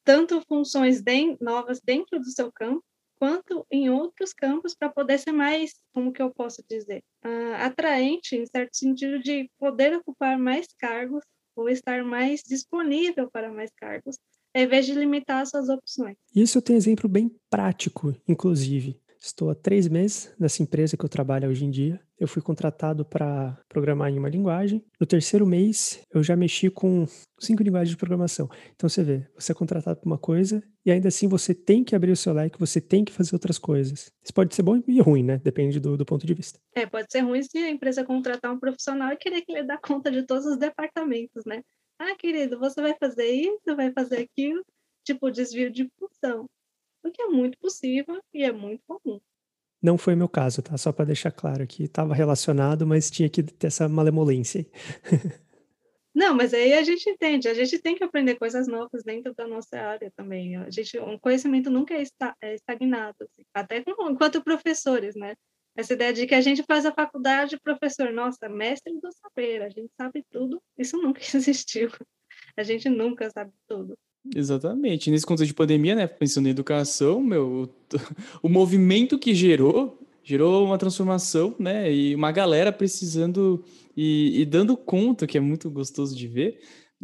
tanto funções novas dentro do seu campo, quanto em outros campos, para poder ser mais, como que eu posso dizer, atraente, em certo sentido, de poder ocupar mais cargos ou estar mais disponível para mais cargos, ao invés de limitar as suas opções. Isso eu tenho exemplo bem prático, inclusive. Estou há 3 meses nessa empresa que eu trabalho hoje em dia. Eu fui contratado para programar em uma linguagem. No 3º mês, eu já mexi com 5 linguagens de programação. Então você vê, você é contratado para uma coisa e ainda assim você tem que abrir o seu leque, você tem que fazer outras coisas. Isso pode ser bom e ruim, né? Depende do ponto de vista. Pode ser ruim se a empresa contratar um profissional e querer que ele dê conta de todos os departamentos, né? Ah, querido, você vai fazer isso, vai fazer aquilo, tipo desvio de função. O que é muito possível e é muito comum. Não foi meu caso, tá? Só para deixar claro que estava relacionado, mas tinha que ter essa malemolência aí. Não, mas aí a gente entende, a gente tem que aprender coisas novas dentro da nossa área também. O conhecimento nunca é estagnado, assim, até enquanto professores, né? Essa ideia de que a gente faz a faculdade, professor, nossa, mestre do saber, a gente sabe tudo, isso nunca existiu. A gente nunca sabe tudo. Exatamente. Nesse contexto de pandemia, né, pensando em educação, o movimento que gerou uma transformação, né, e uma galera precisando e dando conta, que é muito gostoso de ver,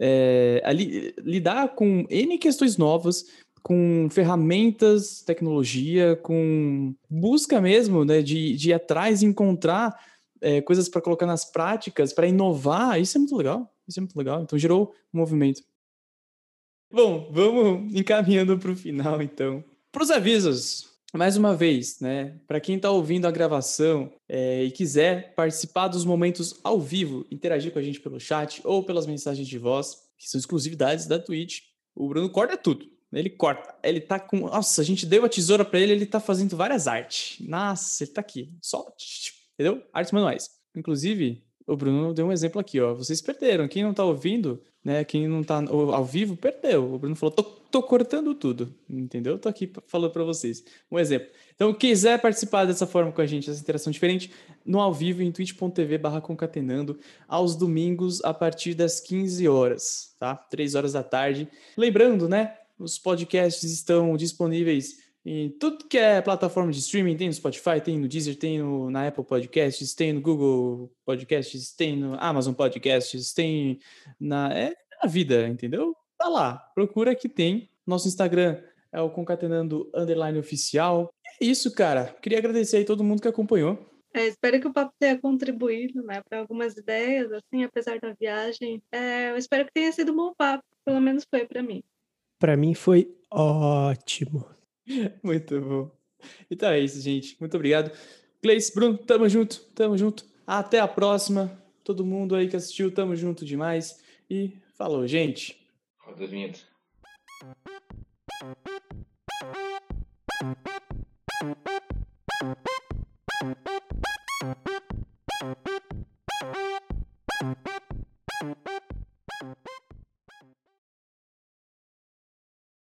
lidar com N questões novas, com ferramentas, tecnologia, com busca mesmo, né, de ir atrás e encontrar coisas para colocar nas práticas, para inovar. Isso é muito legal. Isso é muito legal. Então gerou um movimento. Bom, vamos encaminhando para o final, então. Para os avisos, mais uma vez, né? Para quem está ouvindo a gravação e quiser participar dos momentos ao vivo, interagir com a gente pelo chat ou pelas mensagens de voz, que são exclusividades da Twitch, o Bruno corta tudo. Ele corta. Ele tá com... Nossa, a gente deu a tesoura para ele tá fazendo várias artes. Nossa, ele tá aqui. Só... Entendeu? Artes manuais. Inclusive, o Bruno deu um exemplo aqui, ó. Vocês perderam. Quem não tá ouvindo, né? Quem não tá ao vivo, perdeu. O Bruno falou, tô cortando tudo. Entendeu? Tô aqui falando para vocês. Um exemplo. Então, quiser participar dessa forma com a gente, essa interação diferente, no ao vivo em twitch.tv/concatenando, aos domingos, a partir das 15 horas, tá? 3 horas da tarde. Lembrando, né? Os podcasts estão disponíveis em tudo que é plataforma de streaming. Tem no Spotify, tem no Deezer, tem na Apple Podcasts, tem no Google Podcasts, tem no Amazon Podcasts, tem na vida, entendeu? Tá lá, procura que tem. Nosso Instagram é o concatenando_oficial. É isso, cara. Queria agradecer aí todo mundo que acompanhou. Espero que o papo tenha contribuído, né, para algumas ideias, assim, apesar da viagem. Eu espero que tenha sido um bom papo, pelo menos foi para mim. Para mim foi ótimo. Muito bom. Então é isso, gente. Muito obrigado. Gleice, Bruno, tamo junto, tamo junto. Até a próxima. Todo mundo aí que assistiu, tamo junto demais. E falou, gente. Roda a vinheta.